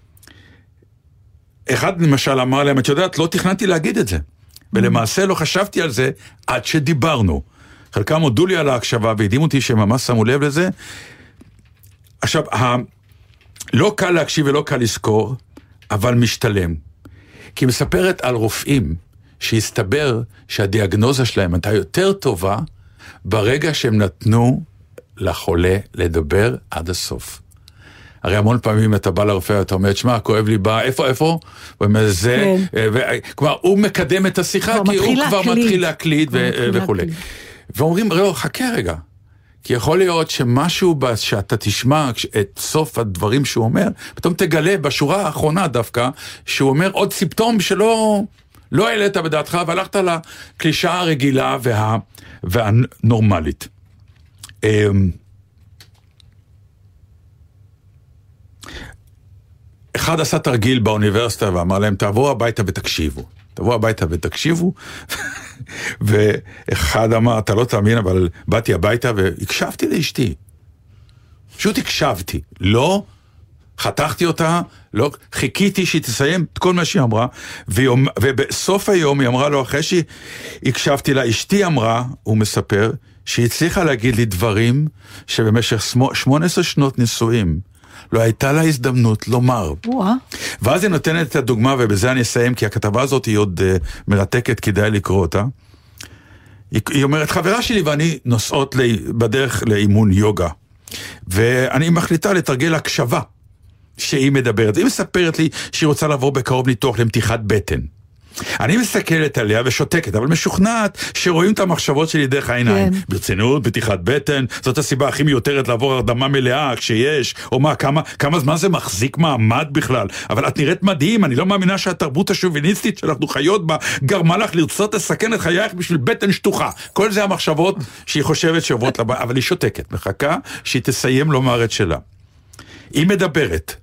אחד למשל אמר להם, את יודעת, לא תכננתי להגיד את זה. ולמעשה לא חשבתי על זה עד שדיברנו. חלקם הודו לי על ההקשבה והדהים אותי שהם ממש שמו לב לזה. עכשיו, לא קל להקשיב ולא קל לזכור, אבל משתלם. כי היא מספרת על רופאים שהסתבר שהדיאגנוזה שלהם הייתה יותר טובה ברגע שהם נתנו לחולה לדבר עד הסוף. הרי המון פעמים אתה בא לרופא ואתה אומר, שמה, כואב לי בה, איפה? הוא אומר, זה, כלומר, הוא מקדם את השיחה, כי הוא כבר מתחיל להקליט וכו'. ואומרים, ראו, חכה רגע, כי יכול להיות שמשהו שאתה תשמע את סוף הדברים שהוא אומר, פתאום תגלה בשורה האחרונה דווקא, שהוא אומר עוד סימפטום שלא העלית בדעתך, והלכת לקלישה הרגילה והנורמלית. אחד עשה תרגיל באוניברסיטה ואמר להם, תעברו הביתה ותקשיבו. ואחד אמר, אתה לא תאמין, אבל באתי הביתה והקשבתי לאשתי. פשוט הקשבתי. לא חתכתי אותה, לא חיכיתי שהיא תסיים את כל מה שהיא אמרה, ובסוף היום היא אמרה לו, אחרי שהקשבתי לה, אשתי אמרה, הוא מספר, שהיא הצליחה להגיד לי דברים שבמשך 18 שנות נישואים, לא הייתה לה הזדמנות לומר. ואז היא נותנת את הדוגמה, ובזה אני אסיים, כי הכתבה הזאת היא עוד מרתקת, כדאי לקרוא אותה. היא אומרת, חברה שלי ואני נוסעות בדרך לאימון יוגה, ואני מחליטה לתרגל הקשבה שהיא מדברת. היא מספרת לי שהיא רוצה לעבור בקרוב ניתוח למתיחת בטן. אני מסתכלת עליה ושותקת, אבל משוכנעת שרואים את המחשבות שלי דרך העיניים. ברצינות, פתיחת בטן, זאת הסיבה הכי מיותרת לעבור הרדמה מלאה כשיש, או מה, כמה זמן זה מחזיק מעמד בכלל. אבל את נראית מדהים, אני לא מאמינה שהתרבות השוביניסטית שאנחנו חיות בה, גרמה לך לרצות לסכן את חייך בשביל בטן שטוחה. כל זה המחשבות שהיא חושבת שעוברות לה, אבל היא שותקת, מחכה שהיא תסיים לומר את שלה. היא מדברת,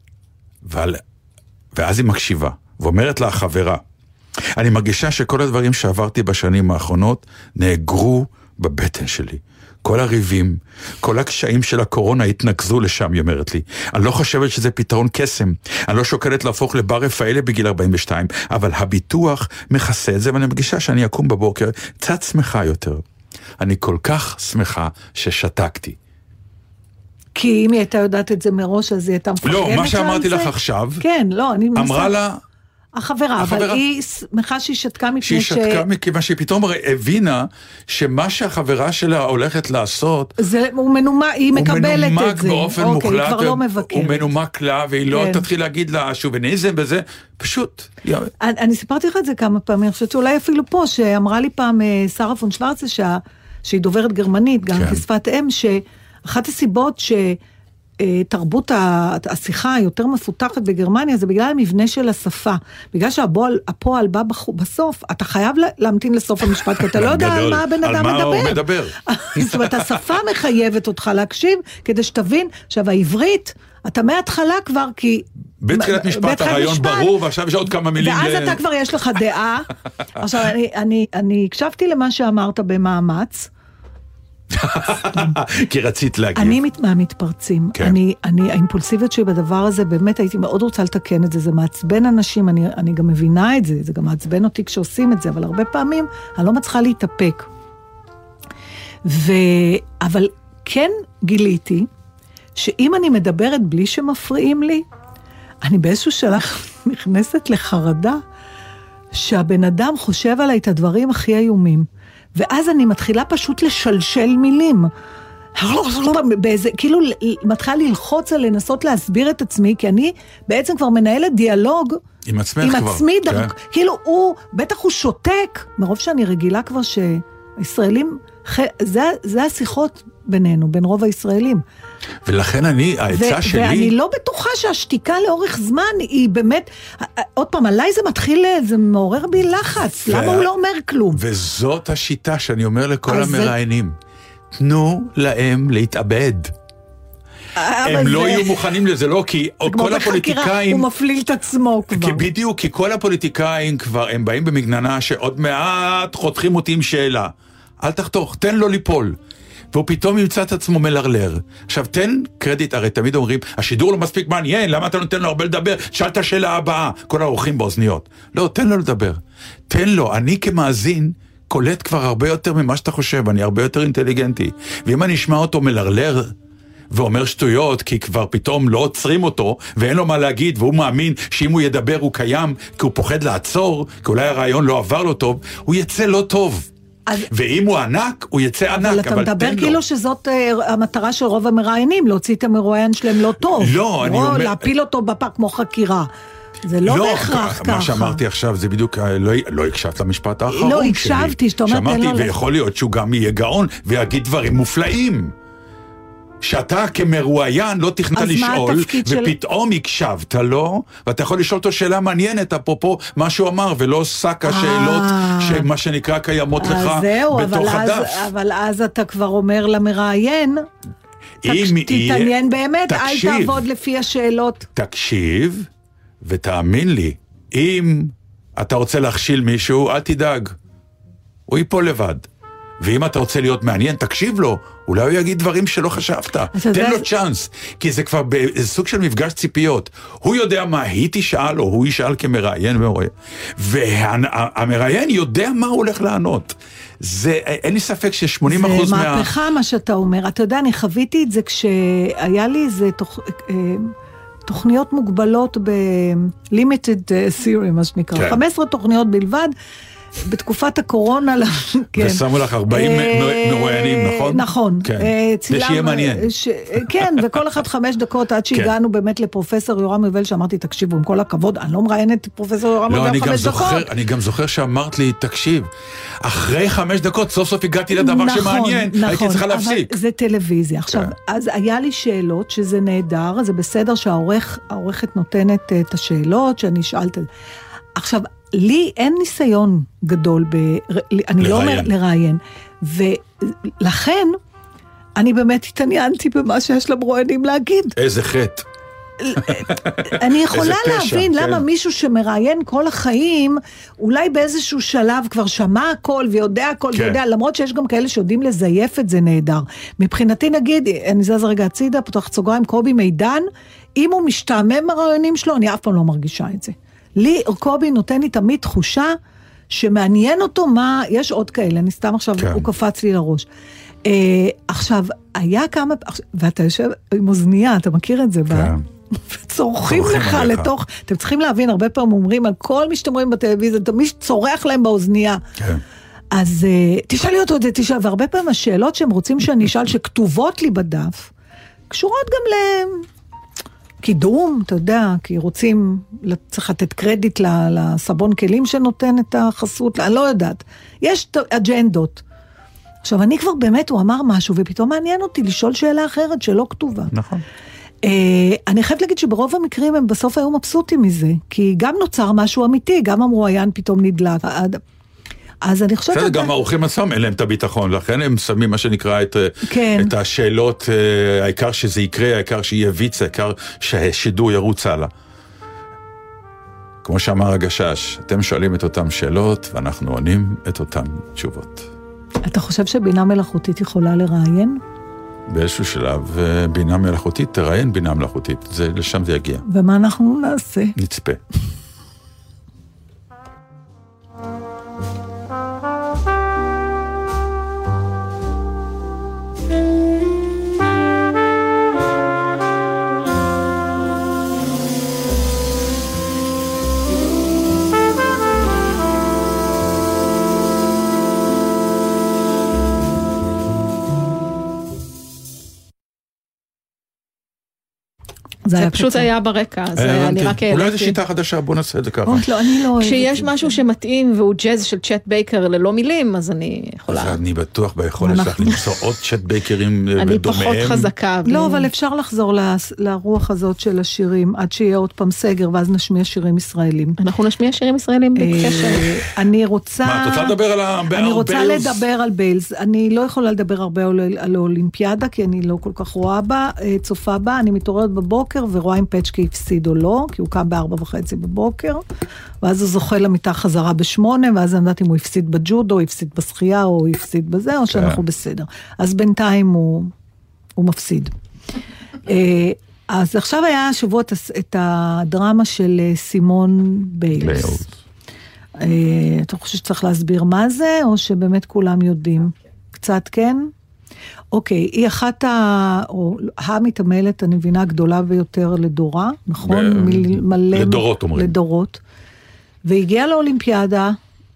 ואז היא מקשיבה, ואומרת לה חברה, אני מרגישה שכל הדברים שעברתי בשנים האחרונות נאגרו בבטן שלי. כל הריבים, כל הקשיים של הקורונה התנקזו לשם, היא אומרת לי. אני לא חושבת שזה פתרון קסם. אני לא שוקלת להפוך לבר רפאלי בגיל 42, אבל הביטוח מכסה את זה, ואני מרגישה שאני אקום בבוקר קצת שמחה יותר. אני כל כך שמחה ששתקתי. כי אם היא הייתה יודעת את זה מראש, אז היא הייתה מפחדת לא, מה שאמרתי לך עכשיו, כן, לא, אני אמרה לה, החברה, אבל היא שמחה שהיא שתקה מפני שהיא שתקה מכיוון שהיא פתאום הבינה שמה שהחברה שלה הולכת לעשות, הוא מנומק, היא מקבלת את זה. באופן מוחלט, היא כבר לא מבקרת. הוא מנומק לה, והיא לא תתחיל להגיד לה שוביניזם וזה, פשוט. אני סיפרתי לך את זה כמה פעמים, אני חושבת שאולי אפילו פה, שאמרה לי פעם שרה פון שוורצה, שהיא דוברת גרמנית, גם כשפת אם, שאחת הסיבות תרבות השיחה היותר מפותחת בגרמניה, זה בגלל המבנה של השפה. בגלל שהפועל בא בסוף, אתה חייב להמתין לסוף המשפט, כי אתה לא יודע על מה הבן אדם מדבר. על מה הוא מדבר. זאת אומרת, השפה מחייבת אותך להקשיב, כדי שתבין, עכשיו העברית, אתה מההתחלה כבר, כי... בתחילת משפט הרעיון ברור, ועכשיו יש עוד כמה מילים. ואז אתה כבר יש לך דעה. עכשיו, אני הקשבתי למה שאמרת במאמץ, כי רצית להגיד. אני מהמתפרצים. האימפולסיביות שלי בדבר הזה, באמת הייתי מאוד רוצה לתקן את זה, זה מעצבן אנשים, אני גם מבינה את זה, זה גם מעצבן אותי כשעושים את זה, אבל הרבה פעמים אני לא מצליחה להתאפק. אבל כן גיליתי, שאם אני מדברת בלי שמפריעים לי, אני באיזשהו שלב נכנסת לחרדה, שהבן אדם חושב עליי את הדברים הכי איומים. ואז אני מתחילה פשוט לשלשל מילים. כאילו מתחילה ללחוץ על לנסות להסביר את עצמי, כי אני בעצם כבר מנהלת דיאלוג עם עצמך עם כבר. עצמי, כן. כאילו הוא, בטח הוא שותק, מרוב שאני רגילה כבר שישראלים, זה השיחות בינינו, בין רוב הישראלים. ולכן העצה שלי... ואני לא בטוחה שהשתיקה לאורך זמן היא באמת, עוד פעם, עליי זה מתחיל, זה מעורר בי לחץ, למה הוא לא אומר כלום? וזאת השיטה שאני אומר לכל המראיינים, תנו להם להתאבד. הם לא יהיו מוכנים לזה, לא, כי כל הפוליטיקאים... הוא מפליל את עצמו כבר. בדיוק, כי כל הפוליטיקאים כבר, הם באים במגננה שעוד מעט חותכים אותי עם שאלה. אל תחתוך, תן לו ליפול. והוא פתאום ימצא את עצמו מלרלר. עכשיו, תן קרדיט, הרי תמיד אומרים, השידור לא מספיק מעניין, למה אתה נותן לו הרבה לדבר? שאל את השאלה הבאה, כל האורחים באוזניות. לא, תן לו לדבר. תן לו, אני כמאזין, קולט כבר הרבה יותר ממה שאתה חושב, אני הרבה יותר אינטליגנטי. ואם אני אשמע אותו מלרלר, ואומר שטויות, כי כבר פתאום לא עוצרים אותו, ואין לו מה להגיד, והוא מאמין שאם הוא ידבר הוא קיים, כי הוא פוחד לעצור, כי אולי הרעיון לא עבר לו טוב, הוא יצא לא טוב. ואם הוא ענק, הוא יצא ענק, אבל אתה מדבר כאילו שזאת המטרה של רוב המראיינים, להוציא את המרואיין שלהם לא טוב. לא, אני אומר... להפיל אותו בפארק כמו חקירה. זה לא בהכרח ככה. מה שאמרתי עכשיו זה בדיוק, לא הקשבת למשפט האחרון לא שלי. הקשבתי, שאתה אומרת... שאמרתי, ויכול להיות שהוא גם יהיה גאון, ויגיד דברים מופלאים. שאתה כמרואיין לא תכנת לשאול, ופתאום הקשבת לו, ואתה יכול לשאול אותו שאלה מעניינת, אפרופו מה שהוא אמר, ולא שק השאלות שמה שנקרא קיימות לך בתוך הדף. אבל אז אתה כבר אומר למראיין, תתעניין באמת, אל תעבוד לפי השאלות. תקשיב, ותאמין לי, אם אתה רוצה להכשיל מישהו, אל תדאג. הוא ייפול לבד. ואם אתה רוצה להיות מעניין, תקשיב לו, אולי הוא יגיד דברים שלא חשבת. תן לו צ'אנס, כי זה כבר סוג של מפגש ציפיות. הוא יודע מה היא תשאל, או הוא ישאל כמראיין ומראיין. והמראיין יודע מה הוא הולך לענות. אין לי ספק ש80% זה מהפכה מה שאתה אומר. אתה יודע, אני חוויתי את זה כשהיה לי איזה תוכניות מוגבלות ב-limited series, מה שנקרא. 15 תוכניות בלבד, בתקופת הקורונה, ושמו לך 40 מרואיינים, נכון? נכון. זה שיהיה מעניין. כן, וכל אחד 5 דקות עד שהגענו באמת לפרופסור יורם יובל, שאמרתי, תקשיבו, עם כל הכבוד, אני לא מראיינת פרופסור יורם יובל 5 דקות. אני גם זוכר שאמרת לי, תקשיב, אחרי 5 דקות סוף סוף הגעתי לדבר שמעניין, הייתי צריכה להפסיק. זה טלוויזיה. עכשיו, אז היה לי שאלות, שזה נהדר, זה בסדר שהעורכת נותנת את השאלות, שאני שאלת. עכשיו, לי אין ניסיון גדול, אני לא אומר לראיין, ולכן אני באמת התעניינתי במה שיש למרואיינים להגיד. איזה חטא. אני יכולה להבין למה מישהו שמראיין כל החיים, אולי באיזשהו שלב כבר שמע הכל ויודע הכל, למרות שיש גם כאלה שיודעים לזייף את זה נהדר. מבחינתי נגיד, אני זז רגע הצידה, פותח סוגריים, קובי מידן, אם הוא משתעמם מראיינים שלו, אני אף פעם לא מרגישה את זה. לי, קובי נותן לי תמיד תחושה שמעניין אותו מה, יש עוד כאלה, אני סתם עכשיו, הוא קפץ לי לראש. עכשיו, היה כמה, ואתה יושב עם אוזנייה, אתה מכיר את זה? צורכים לך לתוך, אתם צריכים להבין, הרבה פעמים אומרים על כל מי שאתם רואים בטלוויזיה, תמיד צורח להם באוזנייה. אז תשאלי אותו את זה, והרבה פעמים השאלות שהם רוצים שאני אשאל, שכתובות לי בדף, קשורות גם קידום, אתה יודע, כי רוצים, צריך לתת קרדיט לסבון כלים שנותן את החסות, אני לא יודעת. יש אג'נדות. עכשיו, אני כבר באמת, הוא אמר משהו, ופתאום מעניין אותי לשאול שאלה אחרת שלא כתובה. נכון. אני חייבת להגיד שברוב המקרים הם בסוף היו מבסוטים מזה, כי גם נוצר משהו אמיתי, גם המרואיין פתאום נדלק. אז אני חושבת... בסדר, גם האורחים עצמם אין להם את הביטחון, לכן הם שמים מה שנקרא את השאלות, העיקר שזה יקרה, העיקר שיהיה ויץ, העיקר שהשידור ירוץ הלאה. כמו שאמר הגשש, אתם שואלים את אותם שאלות, ואנחנו עונים את אותם תשובות. אתה חושב שבינה מלאכותית יכולה לראיין? באיזשהו שלב, בינה מלאכותית תראיין בינה מלאכותית, לשם זה יגיע. ומה אנחנו נעשה? נצפה. זה פשוט היה ברקע, זה אני רק העליתי. אולי זו שיטה חדשה, בוא נעשה את זה ככה. לא, אני לא... כשיש משהו שמתאים והוא ג'אז של צ'ט בייקר ללא מילים, אז אני יכולה... אני בטוח ביכולת שלך למצוא עוד צ'ט בייקרים בדומיהם. אני פחות חזקה. לא, אבל אפשר לחזור לרוח הזאת של השירים, עד שיהיה עוד פעם סגר, ואז נשמיע שירים ישראלים. אנחנו נשמיע שירים ישראלים בקשר. אני רוצה... מה, את רוצה לדבר על ביילס? אני רוצה לדבר על ביילס. אני לא יכולה לדבר הרבה על האולימפיאדה, כי אני לא כל כך רואה בה, צופה בה, אני מתעוררת בבוקר ורואה אם פצ'קי הפסיד או לא, כי הוא קם ב4:30 בבוקר, ואז הוא זוכה למיטה חזרה ב8, ואז אני יודעת אם הוא הפסיד בג'ודו, הפסיד בשחייה, או הפסיד בזה, או שאנחנו בסדר. אז בינתיים הוא מפסיד. אז עכשיו היה השבוע את הדרמה של סימון ביילס. אתה חושב שצריך להסביר מה זה, או שבאמת כולם יודעים? קצת כן? אוקיי, היא אחת המתעמלת, אני מבינה, הגדולה ביותר לדורה, נכון? לדורות אומרים. לדורות. והגיעה לאולימפיאדה,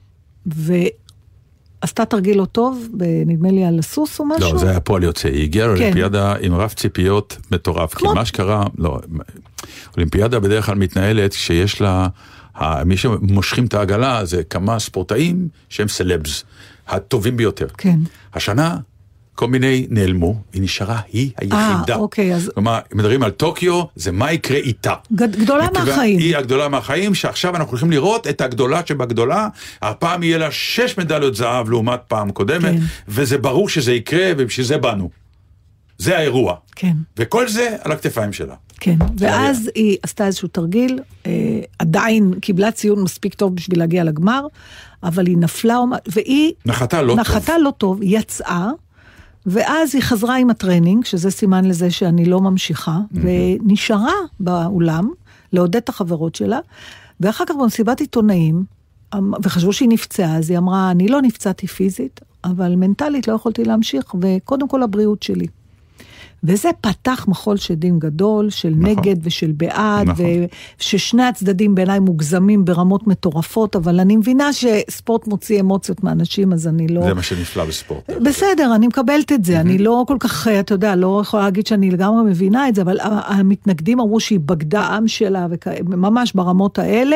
ועשתה תרגיל לא טוב, נדמה לי על הסוס או משהו. לא, זה היה פועל יוצא. היא הגיעה לאולימפיאדה עם רב ציפיות מטורף. כי מה שקרה, לא, אולימפיאדה בדרך כלל מתנהלת כשיש לה, מי שמושכים את העגלה, זה כמה ספורטאים שהם סלבס, הטובים ביותר. כן. השנה, כל מיני נעלמו, היא נשארה, היא היחידה. אוקיי, אז... כלומר, אם מדברים על טוקיו, זה מה יקרה איתה. גדולה מהחיים. היא הגדולה מהחיים, שעכשיו אנחנו הולכים לראות את הגדולה שבגדולה, הפעם יהיה לה 6 מדליות זהב לעומת פעם קודמת, כן. וזה ברור שזה יקרה, ובשביל זה באנו. זה האירוע. כן. וכל זה על הכתפיים שלה. כן, ואז היא עשתה איזשהו תרגיל, עדיין קיבלה ציון מספיק טוב בשביל להגיע לגמר, אבל היא נפלה, והיא... נחתה לא טוב, יצאה, ואז היא חזרה עם הטרנינג, שזה סימן לזה שאני לא ממשיכה, ונשארה באולם, לעודד את החברות שלה, ואחר כך במסיבת עיתונאים, וחשבו שהיא נפצעה, אז היא אמרה, אני לא נפצעתי פיזית, אבל מנטלית לא יכולתי להמשיך, וקודם כל הבריאות שלי. וזה פתח מחול שדים גדול, של נגד ושל בעד, וששני הצדדים בעיניי מוגזמים ברמות מטורפות, אבל אני מבינה שספורט מוציא אמוציות מאנשים, אז אני לא... זה מה שנפלא בספורט. בסדר, אני מקבלת את זה, אני לא כל כך, אתה יודע, לא יכולה להגיד שאני לגמרי מבינה את זה, אבל המתנגדים אמרו שהיא בגדה עם שלה, ממש ברמות האלה,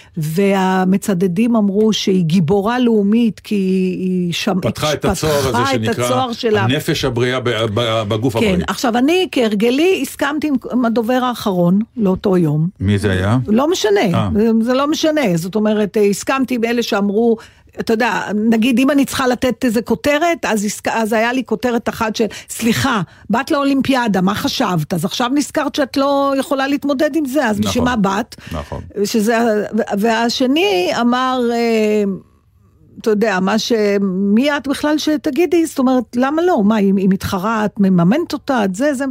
והמצדדים אמרו שהיא גיבורה לאומית, כי היא פתחה את הצוהר הזה שנקרא הנפש הבריאה בגוף הבריא. עכשיו, אני כהרגלי הסכמתי עם הדובר האחרון לאותו יום. מי זה היה? לא משנה, זה לא משנה. זאת אומרת, הסכמתי עם אלה שאמרו, אתה יודע, נגיד אם אני צריכה לתת איזה כותרת, אז היה לי כותרת אחת של, סליחה, באת לאולימפיאדה, מה חשבת? אז עכשיו נזכרת שאת לא יכולה להתמודד עם זה, אז בשביל מה באת? נכון. והשני אמר... אתה יודע, מי את בכלל שתגידי, זאת אומרת, למה לא? מה, היא מתחרה, את מממנת אותה, את זה.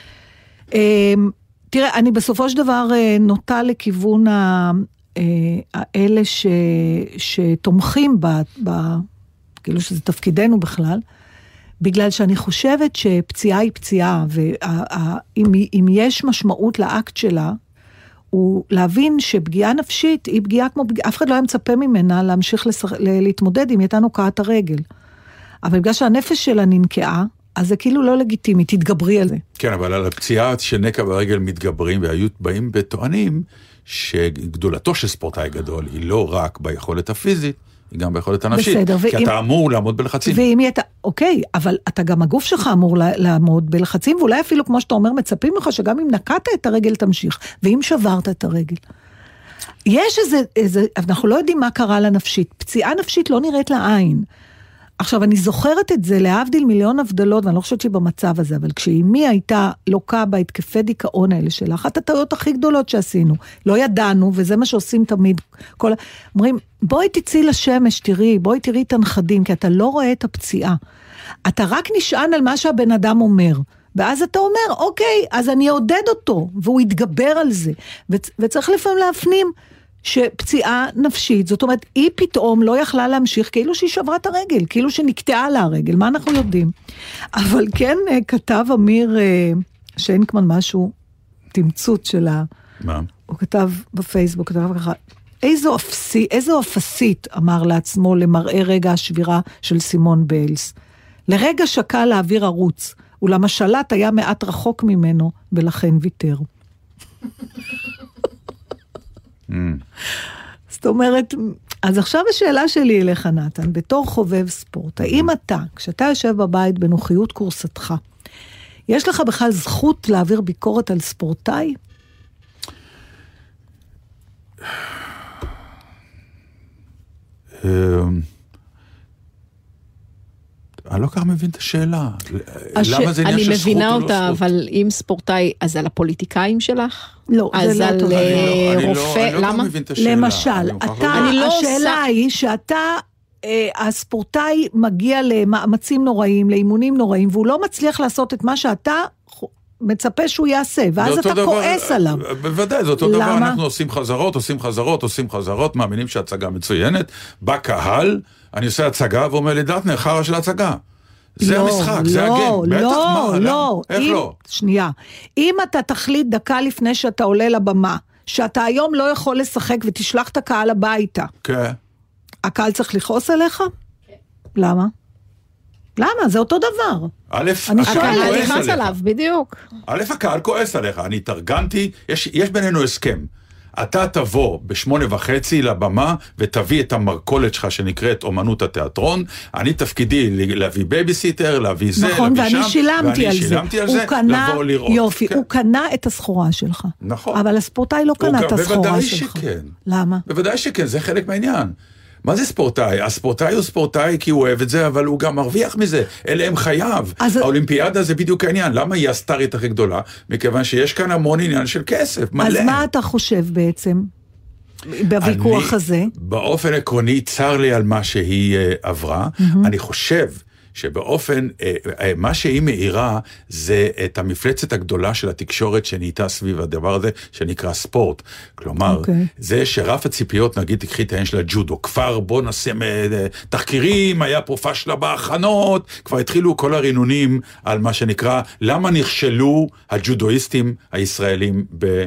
תראה, אני בסופו של דבר נוטה לכיוון האלה שתומכים כאילו שזה תפקידנו בכלל, בגלל שאני חושבת שפציעה היא פציעה, ואם יש משמעות לאקט שלה, הוא להבין שפגיעה נפשית היא פגיעה כמו פגיעה, אף אחד לא היה מצפה ממנה להמשיך להתמודד אם הייתה נוקעת הרגל. אבל בגלל שהנפש שלה ננקעה, אז זה כאילו לא לגיטימי, תתגברי על זה. כן, אבל על הפציעה שנקע ברגל מתגברים, והיו באים וטוענים שגדולתו של ספורטאי גדול היא לא רק ביכולת הפיזית, היא גם ביכולת הנפשית. בסדר, כי אתה אמור לעמוד בלחצים. אוקיי, אבל אתה גם הגוף שלך אמור לעמוד בלחצים, ואולי אפילו כמו שאתה אומר, מצפים לך שגם אם נקעת את הרגל תמשיך, ואם שברת את הרגל. יש איזה, אנחנו לא יודעים מה קרה לנפשית, פציעה נפשית לא נראית לעין. עכשיו, אני זוכרת את זה להבדיל מיליון הבדלות, ואני לא חושבת שהיא במצב הזה, אבל כשאימי הייתה לוקה בהתקפי דיכאון האלה שלה, אחת הטעויות הכי גדולות שעשינו, לא ידענו, וזה מה שעושים תמיד, אומרים, בואי תצאי לשמש, בואי תראי את הנכדים, כי אתה לא רואה את הפציעה. אתה רק נשען על מה שהבן אדם אומר, ואז אתה אומר, אוקיי, אז אני אעודד אותו, והוא יתגבר על זה, וצריך לפעמים להפנים, שפציעה נפשית, זאת אומרת, היא פתאום לא יכלה להמשיך, כאילו שהיא שברה את הרגל, כאילו שנקטעה לה הרגל, מה אנחנו יודעים? אבל כן כתב אמיר שיינקמן משהו, תמצות שלה, מה? הוא כתב בפייסבוק, כתב ככה, איזו אפסית, אמר לעצמו, למראה רגע השבירה של סימון ביילס. לרגע שקע להעביר ערוץ, ולמשלט היה מעט רחוק ממנו, ולכן ויתר. זאת אומרת, אז עכשיו השאלה שלי אליך, נתן, בתור חובב ספורט, האם אתה, כשאתה יושב בבית בנוחיות קורסתך, יש לך בכלל זכות להעביר ביקורת על ספורטאי? אני לא כך מבין את השאלה. למה זה עניין של זכות אני מבינה או לא אותה, זכות? אבל אם ספורטאי, אז על הפוליטיקאים שלך? לא, זה לא טוב. אז על רופא, אני לא למה? מבין את השאלה. למשל, השאלה היא שאתה, הספורטאי מגיע למאמצים נוראים, לאימונים נוראים, והוא לא מצליח לעשות את מה שאתה מצפה שהוא יעשה, ואז אתה כועס עליו. בוודאי, זה אותו דבר, אנחנו עושים חזרות, מאמינים שההצגה מצוינת, בקהל, אני עושה הצגה, ואומר לי, דטנר, חרא של הצגה. זה המשחק, זה הגן. לא. איך לא? שנייה. אם אתה תחליט דקה לפני שאתה עולה לבמה, שאתה היום לא יכול לשחק ותשלח את הקהל הביתה, כן. הקהל צריך לכעוס עליך? למה? למה? זה אותו דבר. הקהל נכנס עליו, בדיוק. הקהל כועס עליך, אני התארגנתי, יש בינינו הסכם. אתה תבוא ב8:30 לבמה, ותביא את המרקולת שלך שנקראת אומנות התיאטרון, אני תפקידי להביא בייביסיטר, להביא זה, נכון, להביא שם, ואני שילמתי על זה. לבוא לראות. יופי, הוא קנה את הסחורה שלך. נכון. אבל הספורטאי לא קנה את הסחורה שלך. בוודאי שכן. למה? בוודאי שכן, זה חלק מהעניין. מה זה ספורטאי? הספורטאי הוא ספורטאי כי הוא אוהב את זה, אבל הוא גם מרוויח מזה. אלה הם חייו. האולימפיאדה זה בדיוק העניין. למה היא הסטארית הכי גדולה? מכיוון שיש כאן המון עניין של כסף, מלא. אז מה אתה חושב בעצם בוויכוח הזה? באופן עקרוני צר לי על מה שהיא עברה. אני חושב שבאופן, מה שהיא מאירה זה את המפלצת הגדולה של התקשורת שנהייתה סביב הדבר הזה שנקרא ספורט. כלומר, זה שרף הציפיות, נגיד תקחי את העניין של הג'ודו, כבר בוא נעשה תחקירים, היה פה פשלה בהכנות, כבר התחילו כל הרינונים על מה שנקרא, למה נכשלו הג'ודואיסטים הישראלים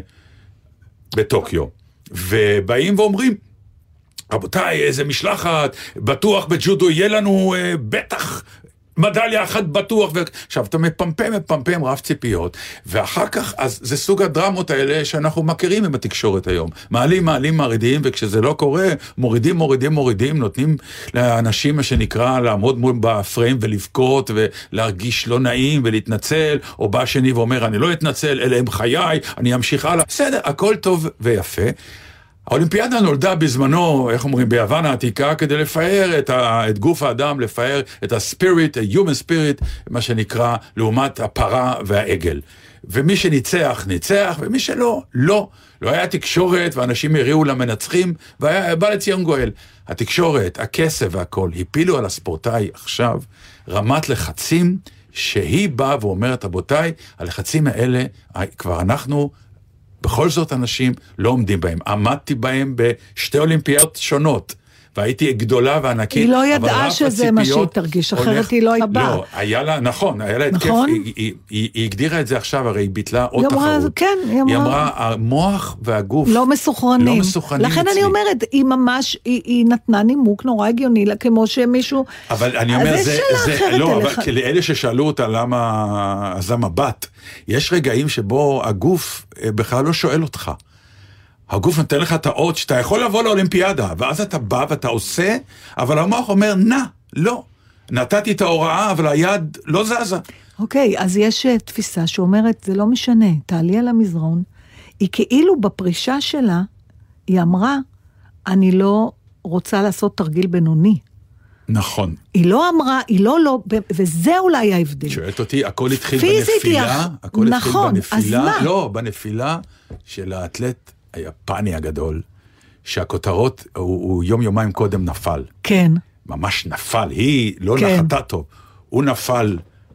בטוקיו. ובאים ואומרים, רבותיי, איזה משלחת, בטוח בג'ודו יהיה לנו בטח מדליה אחת בטוח. עכשיו, אתה מפמפם רב ציפיות, ואחר כך, אז זה סוג הדרמות האלה שאנחנו מכירים עם התקשורת היום. מעלים, מרידים, וכשזה לא קורה, מורידים, נותנים לאנשים מה שנקרא לעמוד מול בפריים ולבכות, ולהרגיש לא נעים ולהתנצל, או בא שני ואומר, אני לא אתנצל, אלה הם חיי, אני אמשיך הלאה. בסדר, הכל טוב ויפה. האולימפיאדה נולדה בזמנו, איך אומרים, ביוון העתיקה, כדי לפאר את גוף האדם, לפאר את הספיריט, ה-human spirit, מה שנקרא, לעומת הפרה והעגל. ומי שניצח, ומי שלא, לא. לא היה תקשורת, ואנשים הריעו למנצחים, ובא לציון גואל. התקשורת, הכסף והכל, הפילו על הספורטאי עכשיו רמת לחצים, שהיא באה ואומרת, רבותיי, הלחצים האלה, כבר אנחנו בכל זאת אנשים לא עומדים בהם. עמדתי בהם בשתי אולימפיאדות שונות, והייתי גדולה וענקית. היא לא ידעה שזה מה שהיא תרגיש, אחרת היא לא הייתה. לא, היה לה, נכון, היה לה התקף, היא הגדירה את זה עכשיו, הרי היא ביטלה עוד תחרות. כן, היא אמרה, המוח והגוף לא מסוכרנים. לכן אני אומרת, היא ממש, היא נתנה נימוק נורא הגיוני, כמו שמישהו, אבל אני אומר, זה לא, אבל לאלה ששאלו אותה למה זה מבט, יש רגעים שבו הגוף בכלל לא שואל אותך. הגוף נותן לך את האות שאתה יכול לבוא לאולימפיאדה, ואז אתה בא ואתה עושה, אבל המוח אומר, לא. נתתי את ההוראה, אבל היד לא זזה. אוקיי, אז יש תפיסה שאומרת, זה לא משנה, תעלי על המזרון. היא כאילו בפרישה שלה, היא אמרה, אני לא רוצה לעשות תרגיל בינוני. נכון. היא לא אמרה, וזה אולי ההבדל. שואלת אותי, הכל התחיל בנפילה, נכון, אז מה? לא, בנפילה של האתלט היפני הגדול, שהכותרות, הוא יום-יומיים קודם נפל. כן. ממש נפל, היא לא נחתה טוב. הוא נפל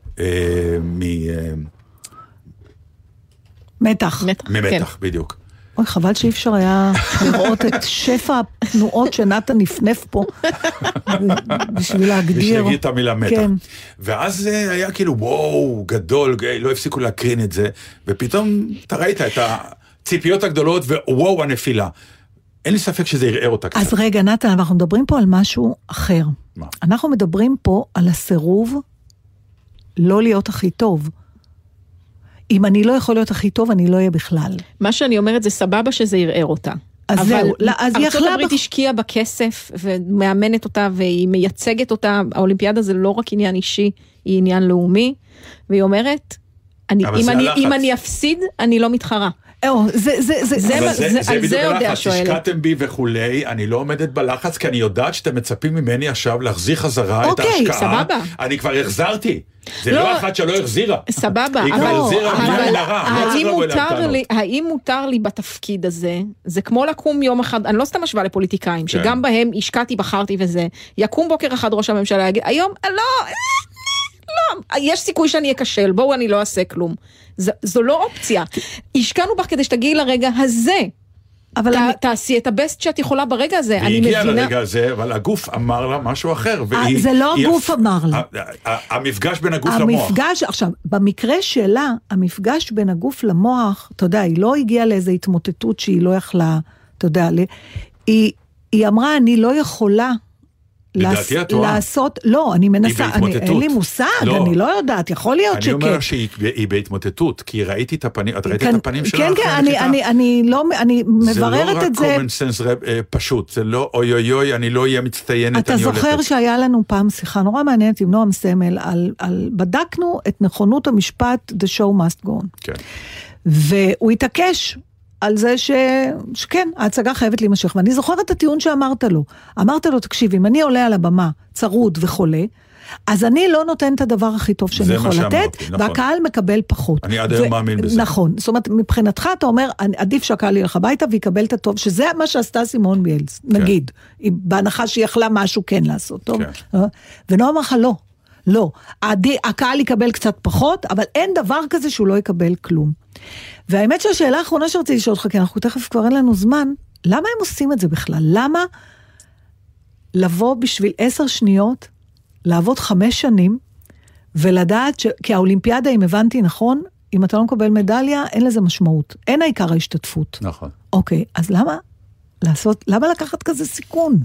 ממתח, בדיוק. אוי, חבל שאי אפשר היה לראות את שפע התנועות שנתן נפנף פה, בשביל להגדיר. בשביל להגיד את המילה מתח. כן. ואז היה כאילו, וואו, גדול, לא הפסיקו להקרין את זה, ופתאום אתה ראית את הציפיות הגדולות, ווואו, הנפילה. אין לי ספק שזה יראה אותה קצת. אז רגע, נתן, אנחנו מדברים פה על משהו אחר. מה? אנחנו מדברים פה על הסירוב לא להיות הכי טוב. אם אני לא יכול להיות הכי טוב, אני לא אהיה בכלל. מה שאני אומרת זה סבבה שזה ירער אותה. אז זהו, אז היא ארצות הברית השקיעה בכסף ומאמנת אותה והיא מייצגת אותה, האולימפיאדה זה לא רק עניין אישי, היא עניין לאומי, והיא אומרת, אם אני אפסיד, אני לא מתחרה. זה בדיוק בלחץ, השקעתם בי וכולי, אני לא עומדת בלחץ, כי אני יודעת שאתם מצפים ממני עכשיו להחזיר חזרה את ההשקעה. אני כבר החזרתי. זה לא אחת שלא החזירה. סבבה, אבל האם מותר לי בתפקיד הזה, זה כמו לקום יום אחד, אני לא סתם משווה לפוליטיקאים, שגם בהם השקעתי, בחרתי וזה, יקום בוקר אחד ראש הממשלה, יגיד, היום, לא, יש סיכוי שאני אקשל, בואו אני לא אעשה כלום. זו לא אופציה. השקענו בך כדי שתגיעי לרגע הזה. תעשי את הבסט שאת יכולה ברגע הזה. והיא הגיעה לרגע הזה, אבל הגוף אמר לה משהו אחר. זה לא הגוף אמר לה. המפגש בין הגוף למוח. עכשיו, במקרה שלה, המפגש בין הגוף למוח, אתה יודע, היא לא הגיעה לאיזו התמוטטות שהיא לא יכלה, אתה יודע, היא אמרה, אני לא יכולה לעשות, לא, אני מנסה, אין לי מושג, אני לא יודעת, יכול להיות שכן. אני אומר שהיא בהתמוטטות, כי ראיתי את הפנים, את ראית את הפנים שלה? כן, אני מבררת את זה. זה לא רק common sense פשוט, זה לא אוי אוי אוי, אני לא אהיה מצטיינת. אתה זוכר שהיה לנו פעם שיחה נורא מעניינת עם נועם סמל, בדקנו את נכונות המשפט The show must go on. כן. והוא התעקש על זה שכן, ההצגה חייבת להימשך, ואני זוכרת את הטיעון שאמרת לו, תקשיב, אם אני עולה על הבמה צרוד וחולה, אז אני לא נותן את הדבר הכי טוב שאני יכול לתת, והקהל מקבל פחות. אני עד היום מאמין בזה. נכון, זאת אומרת, מבחינתך אתה אומר, עדיף שהקהל ילך הביתה ויקבל את הטוב, שזה מה שעשתה סימון ביילס, נגיד, בהנחה שהיא יכלה משהו כן לעשות, טוב? ונועם אמר לך, לא, הקהל יקבל קצת פחות, אבל אין דבר כזה שהוא לא יקבל כלום. והאמת שהשאלה האחרונה שרציתי לשאול אותך, כי אנחנו תכף כבר אין לנו זמן, למה הם עושים את זה בכלל? למה לבוא בשביל 10 שניות, לעבוד 5 שנים, ולדעת כי האולימפיאדה, אם הבנתי נכון, אם אתה לא מקבל מדליה, אין לזה משמעות. אין העיקר ההשתתפות. נכון. אוקיי, אז למה לקחת כזה סיכון?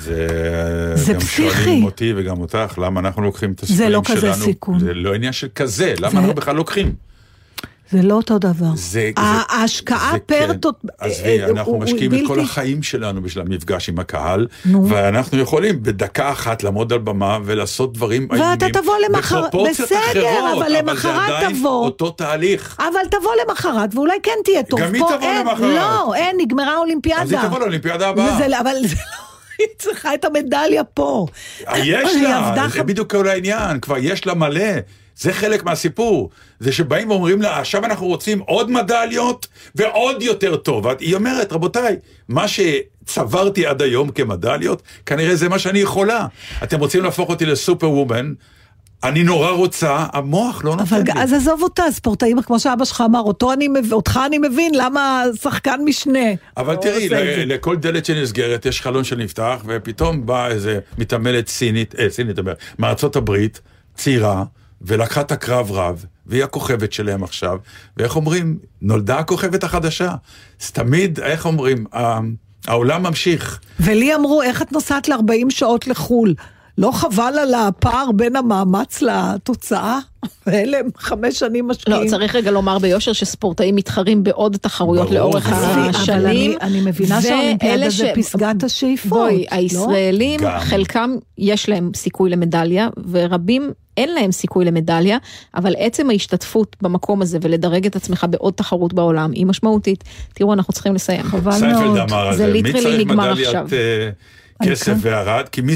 זה גם שואלים אותי וגם אותך, למה אנחנו לוקחים את הסיכונים שלנו? זה לא כזה סיכון. זה לא עניין של כזה, למה אנחנו בכלל לוקחים? זה לא אותו דבר. ההשקעה פרטות... עזבי, אנחנו משקיעים את כל החיים שלנו בשביל המפגש עם הקהל, ואנחנו יכולים בדקה אחת לעמוד על במה ולעשות דברים איומים. ואתה תבוא למחרת, בסדר, אבל למחרת תבוא. אותו תהליך. אבל תבוא למחרת, ואולי כן תהיה טוב. גם היא תבוא למחרת. לא, נגמרה האולימפיאדה. אז היא תבוא לאולימפיאדה הבאה. אבל זה לא... היא צריכה את המדליה פה. יש לה, זה בדיוק כל העניין, כבר יש לה מלא. זה חלק מהסיפור, זה שבאים ואומרים לה, עכשיו אנחנו רוצים עוד מדליות ועוד יותר טוב. היא אומרת, רבותיי, מה שצברתי עד היום כמדליות, כנראה זה מה שאני יכולה. אתם רוצים להפוך אותי לסופר וומן, אני נורא רוצה, המוח לא נותן לי. אז עזוב אותה, ספורטאים, כמו שאבא שלך אמר, אותך אני מבין, למה שחקן משנה. אבל תראי, לכל דלת שנסגרת, יש חלון שנפתח, ופתאום באה איזה מתעמלת סינית, מארצות הברית, צעירה, ולקחה את הקרב רב, והיא הכוכבת שלהם עכשיו, ואיך אומרים, נולדה הכוכבת החדשה. אז תמיד, איך אומרים, העולם ממשיך. ולי אמרו, איך את נוסעת ל-40 שעות לחול? לא חבל על הפער בין המאמץ לתוצאה? ואלה 5 שנים משקיעים. לא, צריך רגע לומר ביושר שספורטאים מתחרים בעוד תחרויות לאורך השנים. אני מבינה שהאולימפיאדה זה פסגת השאיפות. בואי, הישראלים, חלקם יש להם סיכוי למדליה, ורבים אין להם סיכוי למדליה, אבל עצם ההשתתפות במקום הזה, ולדרג את עצמך בעוד תחרות בעולם, היא משמעותית. תראו, אנחנו צריכים לסיים. חבל מאוד. זה ליטרלי נגמר עכשיו. כסף והרד, כי מי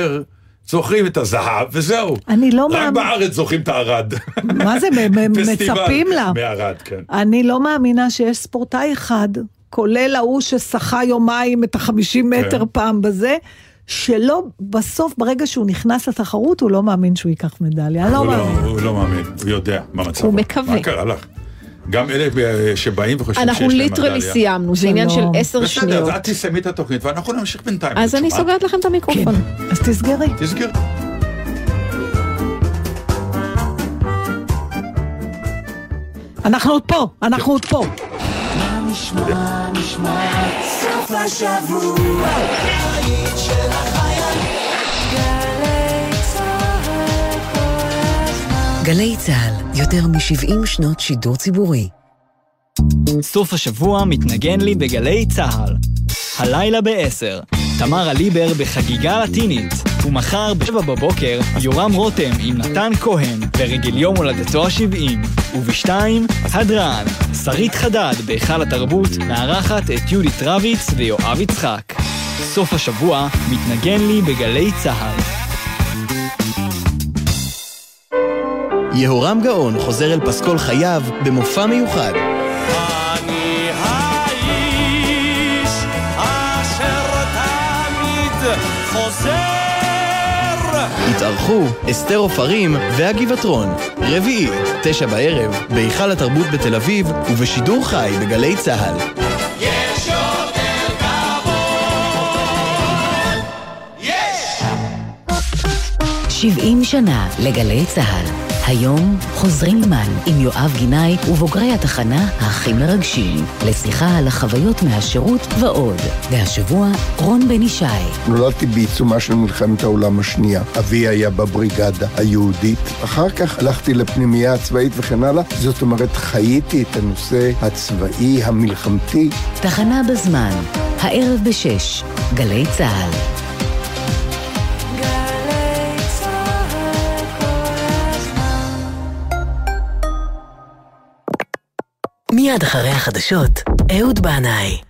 זוכרים את הזהב, וזהו. רק בארץ זוכרים את הערד. מה זה, מצפים לה? מהערד, כן. אני לא מאמינה שיש ספורטאי אחד, כולל ההוא ששחה יומיים את 50 מטר פעם בזה, שלא בסוף, ברגע שהוא נכנס לתחרות, הוא לא מאמין שהוא ייקח מדליה. הוא לא מאמין, הוא יודע מה מצב. הוא מקווה. מה קרה לך? גם אלה שבאים וחושבים שיש להם מדליה. אנחנו ליטרלי סיימנו, זה עניין של 10 שניות. בסדר, אז את תסיימי את התוכנית, ואנחנו נמשיך בינתיים. אז אני סוגרת לכם את המיקרופון. אז תסגרי. תסגר. אנחנו עוד פה. נשמע סוף השבוע היית של החיילים גלי צהל כל הזמן גלי צהל, יותר מ-70 שנות שידור ציבורי. סוף השבוע מתנגן לי בגלי צהל. הלילה ב-10, תמרה ליבר בחגיגה לטינית. ומחר ב-7 בבוקר, יורם רותם עם נתן כהן לרגל יום הולדתו ה-70. וב-2, הדרן, שרית חדד בהיכל התרבות, מארחת את יהודית רביץ ויואב יצחק. סוף השבוע מתנגן לי בגלי צהל. יהורם גאון חוזר אל פסקול חייו במופע מיוחד. אני האיש אשר תמיד חוזר. התארחו אסתר עופרים והגבעתרון. רביעי, 9 בערב, בהיכל התרבות בתל אביב ובשידור חי בגלי צהל. יש יותר כבוד. יש! 70 שנה לגלי צהל. היום חוזרים מן עם יואב גינאי ובוגרי התחנה הכי מרגשים לשיחה על החוויות מהשירות ועוד. והשבוע רון בן ישי. נולדתי בעיצומה של מלחמת העולם השנייה. אבי היה בבריגדה היהודית. אחר כך הלכתי לפנימייה הצבאית וכן הלאה. זאת אומרת, חייתי את הנושא הצבאי המלחמתי. תחנה בזמן, הערב ב-6, גלי צהל. מיד אחרי החדשות, אהוד בנאי.